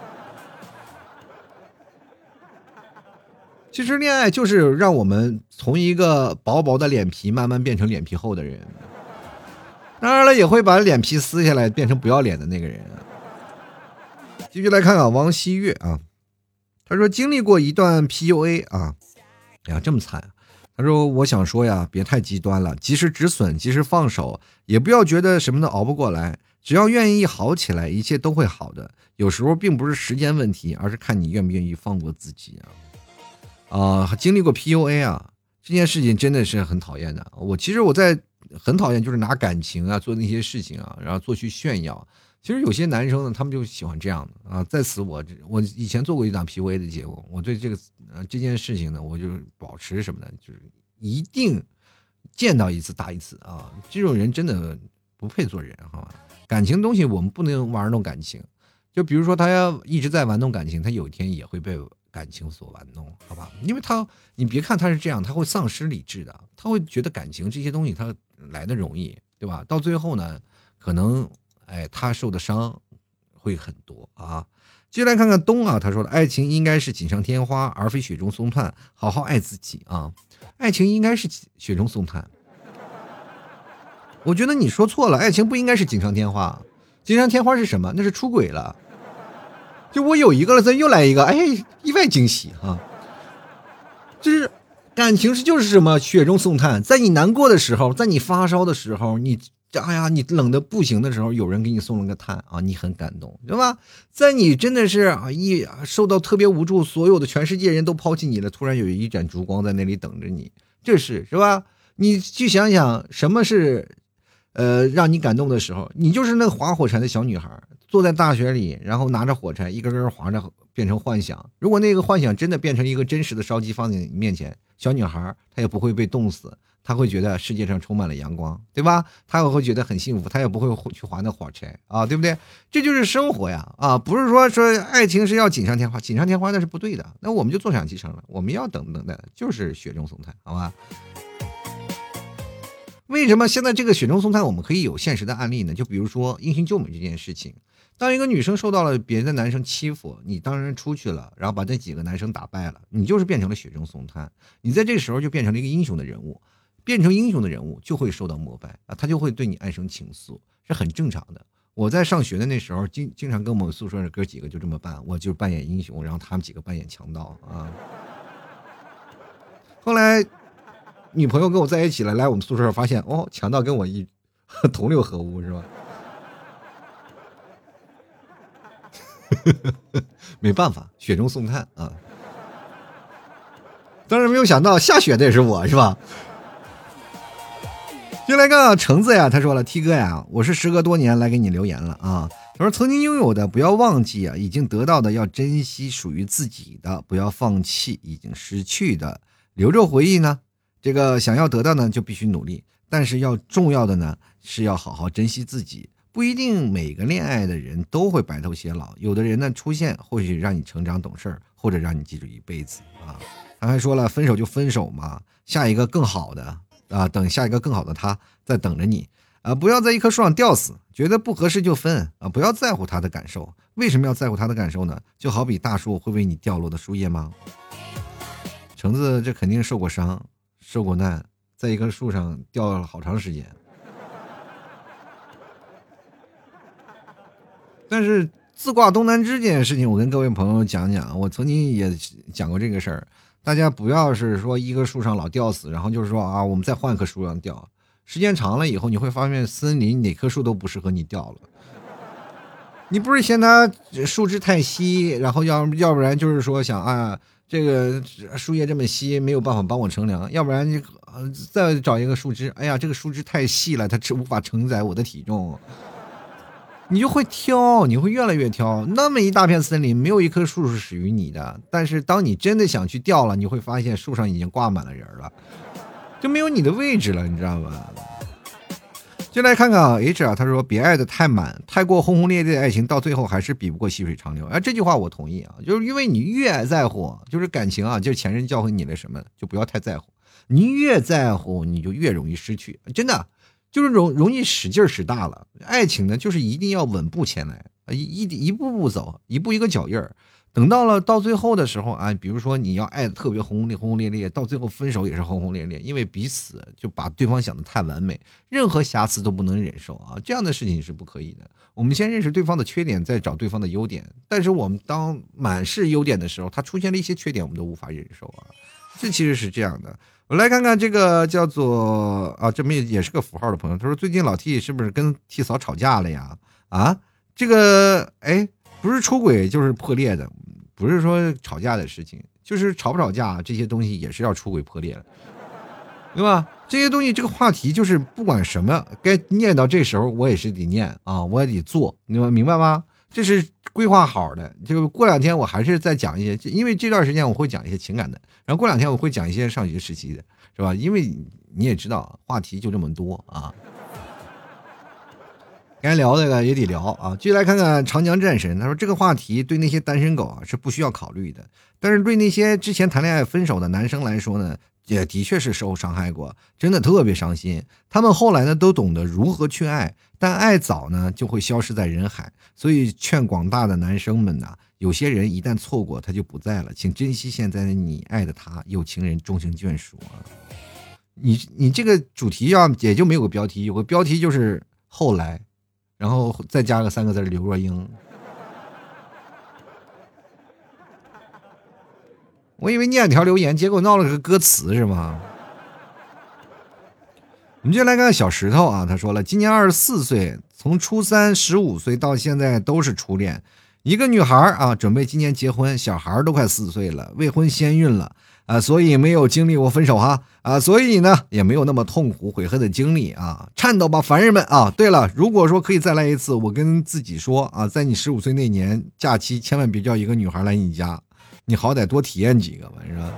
其实恋爱就是让我们从一个薄薄的脸皮慢慢变成脸皮厚的人，当然了，也会把脸皮撕下来变成不要脸的那个人。继续来看看王希月啊，他说经历过一段 PUA 啊，哎呀这么惨。他说我想说呀，别太极端了，及时止损，及时放手，也不要觉得什么都熬不过来，只要愿意好起来，一切都会好的。有时候并不是时间问题，而是看你愿不愿意放过自己经历过 PUA 啊，这件事情真的是很讨厌的。其实我在很讨厌就是拿感情啊做那些事情啊，然后做去炫耀。其实有些男生呢，他们就喜欢这样的啊。在此我以前做过一档 PUA 的节目，我对这件事情呢，我就保持什么呢？就是一定见到一次打一次啊。这种人真的不配做人，好吧？感情东西我们不能玩弄感情，就比如说他要一直在玩弄感情，他有一天也会被感情所玩弄，好吧？因为你别看他是这样，他会丧失理智的，他会觉得感情这些东西他来的容易，对吧？到最后呢，可能他受的伤会很多啊。接下来看看东啊，他说的爱情应该是锦上添花，而非雪中送炭，好好爱自己啊。爱情应该是雪中送炭，我觉得你说错了，爱情不应该是锦上添花，锦上添花是什么？那是出轨了。就我有一个了，再又来一个，哎，意外惊喜啊！就是感情就是什么雪中送炭，在你难过的时候，在你发烧的时候，你哎呀，你冷的不行的时候，有人给你送了个炭啊，你很感动，对吧？在你真的是受到特别无助，所有的全世界人都抛弃你了，突然有一盏烛光在那里等着你，这是吧？你去想想什么是让你感动的时候，你就是那个划火柴的小女孩，坐在大雪里，然后拿着火柴一根根划着，变成幻想。如果那个幻想真的变成一个真实的烧鸡放在你面前，小女孩她也不会被冻死。她会觉得世界上充满了阳光，对吧？她也会觉得很幸福，她也不会去划那火柴啊，对不对？这就是生活呀，啊，不是说爱情是要锦上添花，锦上添花那是不对的。那我们就坐享其成了，我们要等的就是雪中送炭，好吧？为什么现在这个雪中送炭我们可以有现实的案例呢？就比如说英雄救美这件事情，当一个女生受到了别的男生欺负，你当然出去了，然后把那几个男生打败了，你就是变成了雪中送炭，你在这个时候就变成了一个英雄的人物，变成英雄的人物就会受到膜拜啊，他就会对你暗生情愫，是很正常的。我在上学的那时候，经常跟我们宿舍的哥几个就这么办，我就扮演英雄，然后他们几个扮演强盗啊。后来女朋友跟我在一起了，来我们宿舍发现，哦，强盗跟我同流合污是吧？没办法，雪中送炭啊！当然没有想到下雪的也是我是吧？就来个橙子呀，他说了 T 哥呀，我是时隔多年来给你留言了啊。他说曾经拥有的不要忘记啊，已经得到的要珍惜属于自己的，不要放弃已经失去的，留着回忆呢。这个想要得到呢，就必须努力，但是要重要的呢，是要好好珍惜自己。不一定每个恋爱的人都会白头偕老，有的人呢出现或许让你成长懂事儿，或者让你记住一辈子啊。他还说了，分手就分手嘛，下一个更好的啊，等下一个更好的他在等着你啊，不要在一棵树上吊死，觉得不合适就分啊，不要在乎他的感受。为什么要在乎他的感受呢？就好比大树会为你掉落的树叶吗？橙子这肯定受过伤，受过难，在一棵树上吊了好长时间。但是自挂东南枝这件事情，我跟各位朋友讲讲，我曾经也讲过这个事儿。大家不要是说一棵树上老吊死，然后就是说啊，我们再换一棵树上吊。时间长了以后，你会发现森林哪棵树都不适合你吊了。你不是嫌它树枝太稀，然后要不然就是说想啊，这个树叶这么稀，没有办法帮我乘凉，要不然你再找一个树枝，哎呀，这个树枝太细了，它无法承载我的体重。你就会挑，你会越来越挑。那么一大片森林，没有一棵树是属于你的。但是当你真的想去钓了，你会发现树上已经挂满了人了，就没有你的位置了，你知道吗？就来看看啊 H 啊，他说别爱的太满，太过轰轰烈烈的爱情，到最后还是比不过细水长流。啊，这句话我同意啊，就是因为你越在乎，就是感情啊，就是前任教会你了什么，就不要太在乎。你越在乎，你就越容易失去，真的。就是容易使劲使大了，爱情呢，就是一定要稳步前来，一步步走，一步一个脚印儿。等到最后的时候啊，比如说你要爱的特别轰轰烈烈，到最后分手也是轰轰烈烈，因为彼此就把对方想的太完美，任何瑕疵都不能忍受啊，这样的事情是不可以的。我们先认识对方的缺点，再找对方的优点。但是我们当满是优点的时候，他出现了一些缺点，我们都无法忍受啊，这其实是这样的。我来看看这个叫做啊，这边也是个符号的朋友，他说最近老 T 是不是跟 T 嫂吵架了呀？啊，这个哎，不是出轨就是破裂的，不是说吵架的事情，就是吵不吵架这些东西也是要出轨破裂的，对吧？这些东西这个话题就是不管什么该念到这时候我也是得念啊，我也得做，你们明白吗？这是规划好的，就过两天我还是再讲一些，因为这段时间我会讲一些情感的，然后过两天我会讲一些上学时期的，是吧？因为你也知道话题就这么多啊，该聊的也得聊啊。继续来看看长江战神，他说这个话题对那些单身狗啊是不需要考虑的，但是对那些之前谈恋爱分手的男生来说呢，也的确是受伤害过，真的特别伤心。他们后来呢都懂得如何去爱，但爱早呢就会消失在人海。所以劝广大的男生们呐，有些人一旦错过他就不在了，请珍惜现在的你爱的他，有情人终成眷属啊。你这个主题也就没有个标题，有个标题就是后来，然后再加个3个字刘若英。我以为念了条留言，结果闹了个歌词是吗？ 我们就来看小石头啊，他说了，今年24岁，从初三15岁到现在都是初恋。一个女孩啊，准备今年结婚，小孩都快4岁了，未婚先孕了啊，所以没有经历过分手哈啊，所以呢也没有那么痛苦悔恨的经历啊，颤抖吧凡人们啊！对了，如果说可以再来一次，我跟自己说啊，在你15岁那年假期，千万别叫一个女孩来你家，你好歹多体验几个吧，是吧？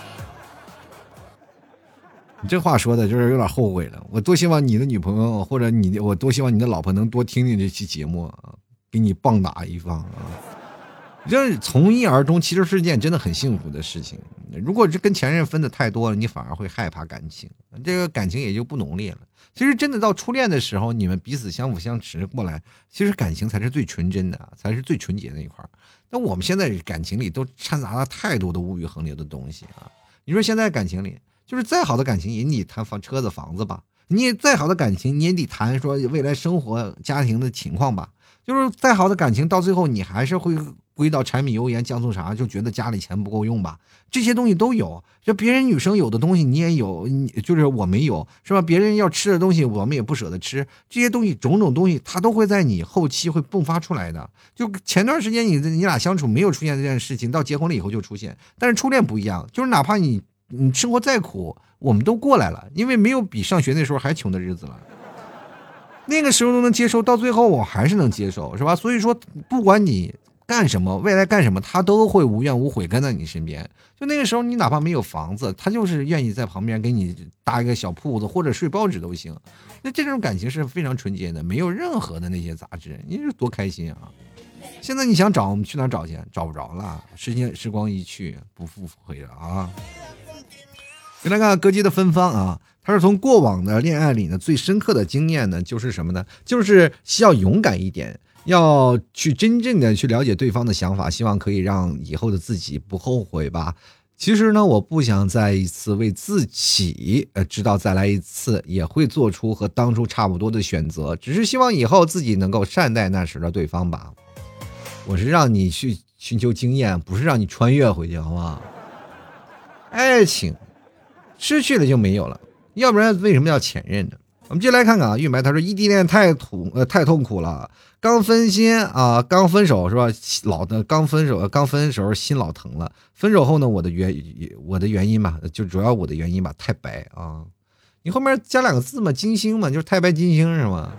你这话说的就是有点后悔了。我多希望你的女朋友或者我多希望你的老婆能多听听这期节目啊，给你棒打一方啊！这从一而终其实是件真的很幸福的事情。如果是跟前任分的太多了，你反而会害怕感情，这个感情也就不浓烈了。其实真的到初恋的时候，你们彼此相辅相持过来，其实感情才是最纯真的，才是最纯洁的一块。但我们现在感情里都掺杂了太多的物欲横流的东西啊！你说现在感情里，就是再好的感情也得谈车子房子吧，你也再好的感情你也得谈说未来生活家庭的情况吧。就是再好的感情到最后你还是会归到柴米油盐酱醋茶，就觉得家里钱不够用吧，这些东西都有。就别人女生有的东西你也有，就是我没有，是吧？别人要吃的东西我们也不舍得吃，这些东西种种东西它都会在你后期会迸发出来的。就前段时间你俩相处没有出现这件事情，到结婚了以后就出现。但是初恋不一样，就是哪怕你生活再苦，我们都过来了，因为没有比上学那时候还穷的日子了。那个时候都能接受，到最后我还是能接受，是吧？所以说不管你干什么，未来干什么，他都会无怨无悔跟在你身边。就那个时候你哪怕没有房子，他就是愿意在旁边给你搭一个小铺子或者睡报纸都行。那这种感情是非常纯洁的，没有任何的那些杂质，你说多开心啊！现在你想找，我们去哪儿找去？找不着了，时光一去不复回了啊！再来看歌姬的芬芳啊，他是从过往的恋爱里呢，最深刻的经验呢，就是什么呢？就是需要勇敢一点，要去真正的去了解对方的想法，希望可以让以后的自己不后悔吧。其实呢，我不想再一次为自己知道再来一次，也会做出和当初差不多的选择，只是希望以后自己能够善待那时的对方吧。我是让你去寻求经验，不是让你穿越回去，好不好？爱情失去了就没有了，要不然为什么要前任呢？我们接来看看啊，玉白他说异地恋太痛苦了，刚分心啊，刚分手是吧？刚分手心老疼了。分手后呢，我的原因吧，就主要我的原因吧，太白啊。你后面加两个字嘛，金星嘛，就是太白金星是吗？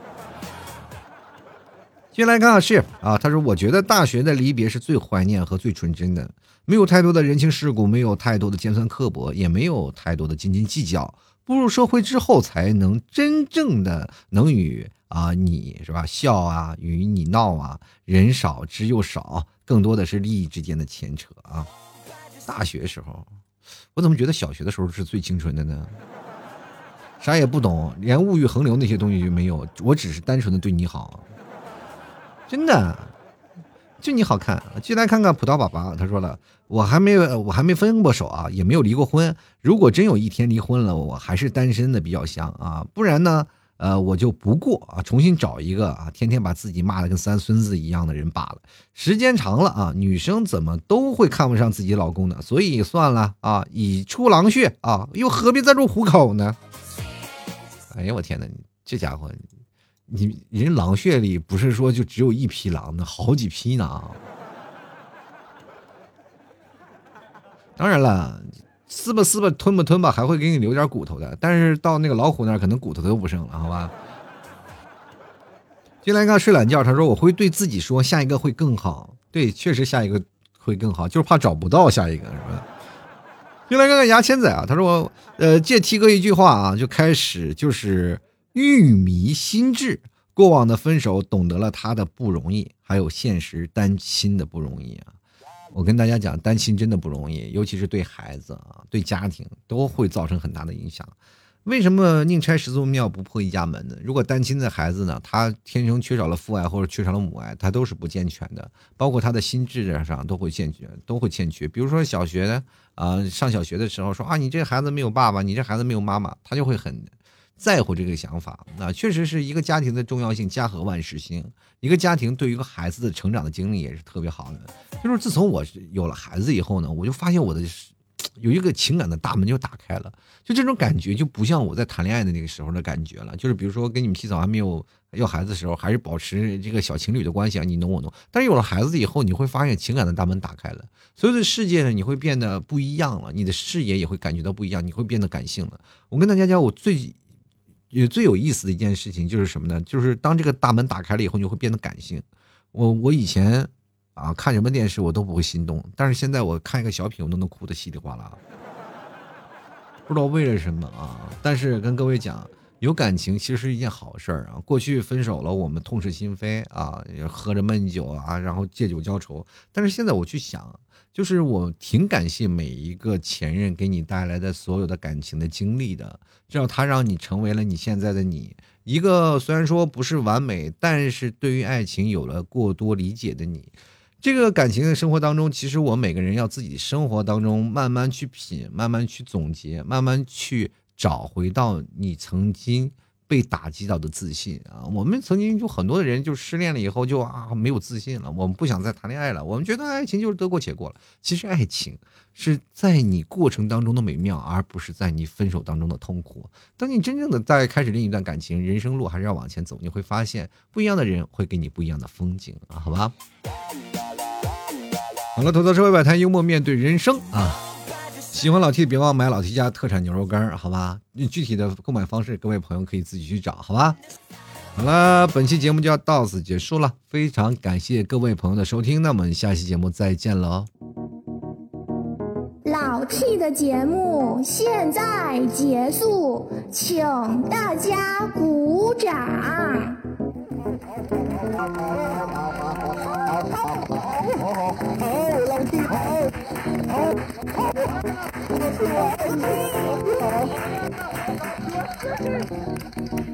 接下来看看是啊，他说我觉得大学的离别是最怀念和最纯真的，没有太多的人情世故，没有太多的尖酸刻薄，也没有太多的斤斤计较。步入社会之后，才能真正的能与你是吧笑啊，与你闹啊，人少之又少，更多的是利益之间的牵扯啊。大学时候，我怎么觉得小学的时候是最清纯的呢？啥也不懂，连物欲横流那些东西就没有，我只是单纯的对你好。真的，就你好看。进来看看葡萄爸爸，他说了，我还没分过手啊，也没有离过婚。如果真有一天离婚了，我还是单身的比较香啊，不然呢，我就不过啊，重新找一个啊，天天把自己骂得跟三孙子一样的人罢了。时间长了啊，女生怎么都会看不上自己老公的，所以算了啊，已出狼穴啊，又何必再入虎口呢？哎呀，我天哪，这家伙！你人狼穴里不是说就只有一匹狼呢，好几匹呢。当然了，撕吧撕吧，吞吧吞吧，还会给你留点骨头的。但是到那个老虎那儿，可能骨头都不剩了，好吧？进来看睡懒觉，他说我会对自己说，下一个会更好。对，确实下一个会更好，就是怕找不到下一个，是吧？进来看看牙签仔啊，他说借T哥一句话啊，就开始就是玉迷心智，过往的分手懂得了他的不容易，还有现实单亲的不容易啊。我跟大家讲，单亲真的不容易，尤其是对孩子啊，对家庭都会造成很大的影响。为什么宁拆十座庙不破一家门呢？如果单亲的孩子呢，他天生缺少了父爱或者缺少了母爱，他都是不健全的，包括他的心智上都会欠缺。比如说小学的上小学的时候说啊，你这孩子没有爸爸，你这孩子没有妈妈，他就会很在乎这个想法。确实是一个家庭的重要性，家和万事兴。一个家庭对于一个孩子的成长的经历也是特别好的。就是自从我有了孩子以后呢，我就发现我的有一个情感的大门就打开了，就这种感觉就不像我在谈恋爱的那个时候的感觉了。就是比如说跟你们提早还没有要孩子的时候，还是保持这个小情侣的关系啊，你侬我侬。但是有了孩子以后，你会发现情感的大门打开了，所有的世界呢，你会变得不一样了，你的视野也会感觉到不一样，你会变得感性了。我跟大家讲，我最有意思的一件事情就是什么呢？就是当这个大门打开了以后，你会变得感性。我以前啊看什么电视我都不会心动，但是现在我看一个小品我都能哭得稀里哗啦，不知道为了什么啊。但是跟各位讲，有感情其实是一件好事儿啊。过去分手了，我们痛彻心扉啊，喝着闷酒啊，然后借酒浇愁。但是现在我去想，就是我挺感谢每一个前任给你带来的所有的感情的经历的，只要他让你成为了你现在的你，一个虽然说不是完美，但是对于爱情有了过多理解的你。这个感情的生活当中，其实我每个人要自己生活当中慢慢去品，慢慢去总结，慢慢去找回到你曾经被打击到的自信啊。我们曾经有很多的人就失恋了以后就没有自信了，我们不想再谈恋爱了，我们觉得爱情就是得过且过了。其实爱情是在你过程当中的美妙，而不是在你分手当中的痛苦。当你真正的在开始另一段感情，人生路还是要往前走，你会发现不一样的人会给你不一样的风景啊，好吧？好了，吐槽社会百态，幽默面对人生啊！喜欢老 T 别忘买老 T 家特产牛肉干，好吧？具体的购买方式，各位朋友可以自己去找，好吧？好了，本期节目就要到此结束了，非常感谢各位朋友的收听，那么我们下期节目再见了。 老 T 的节目现在结束，请大家鼓掌。好，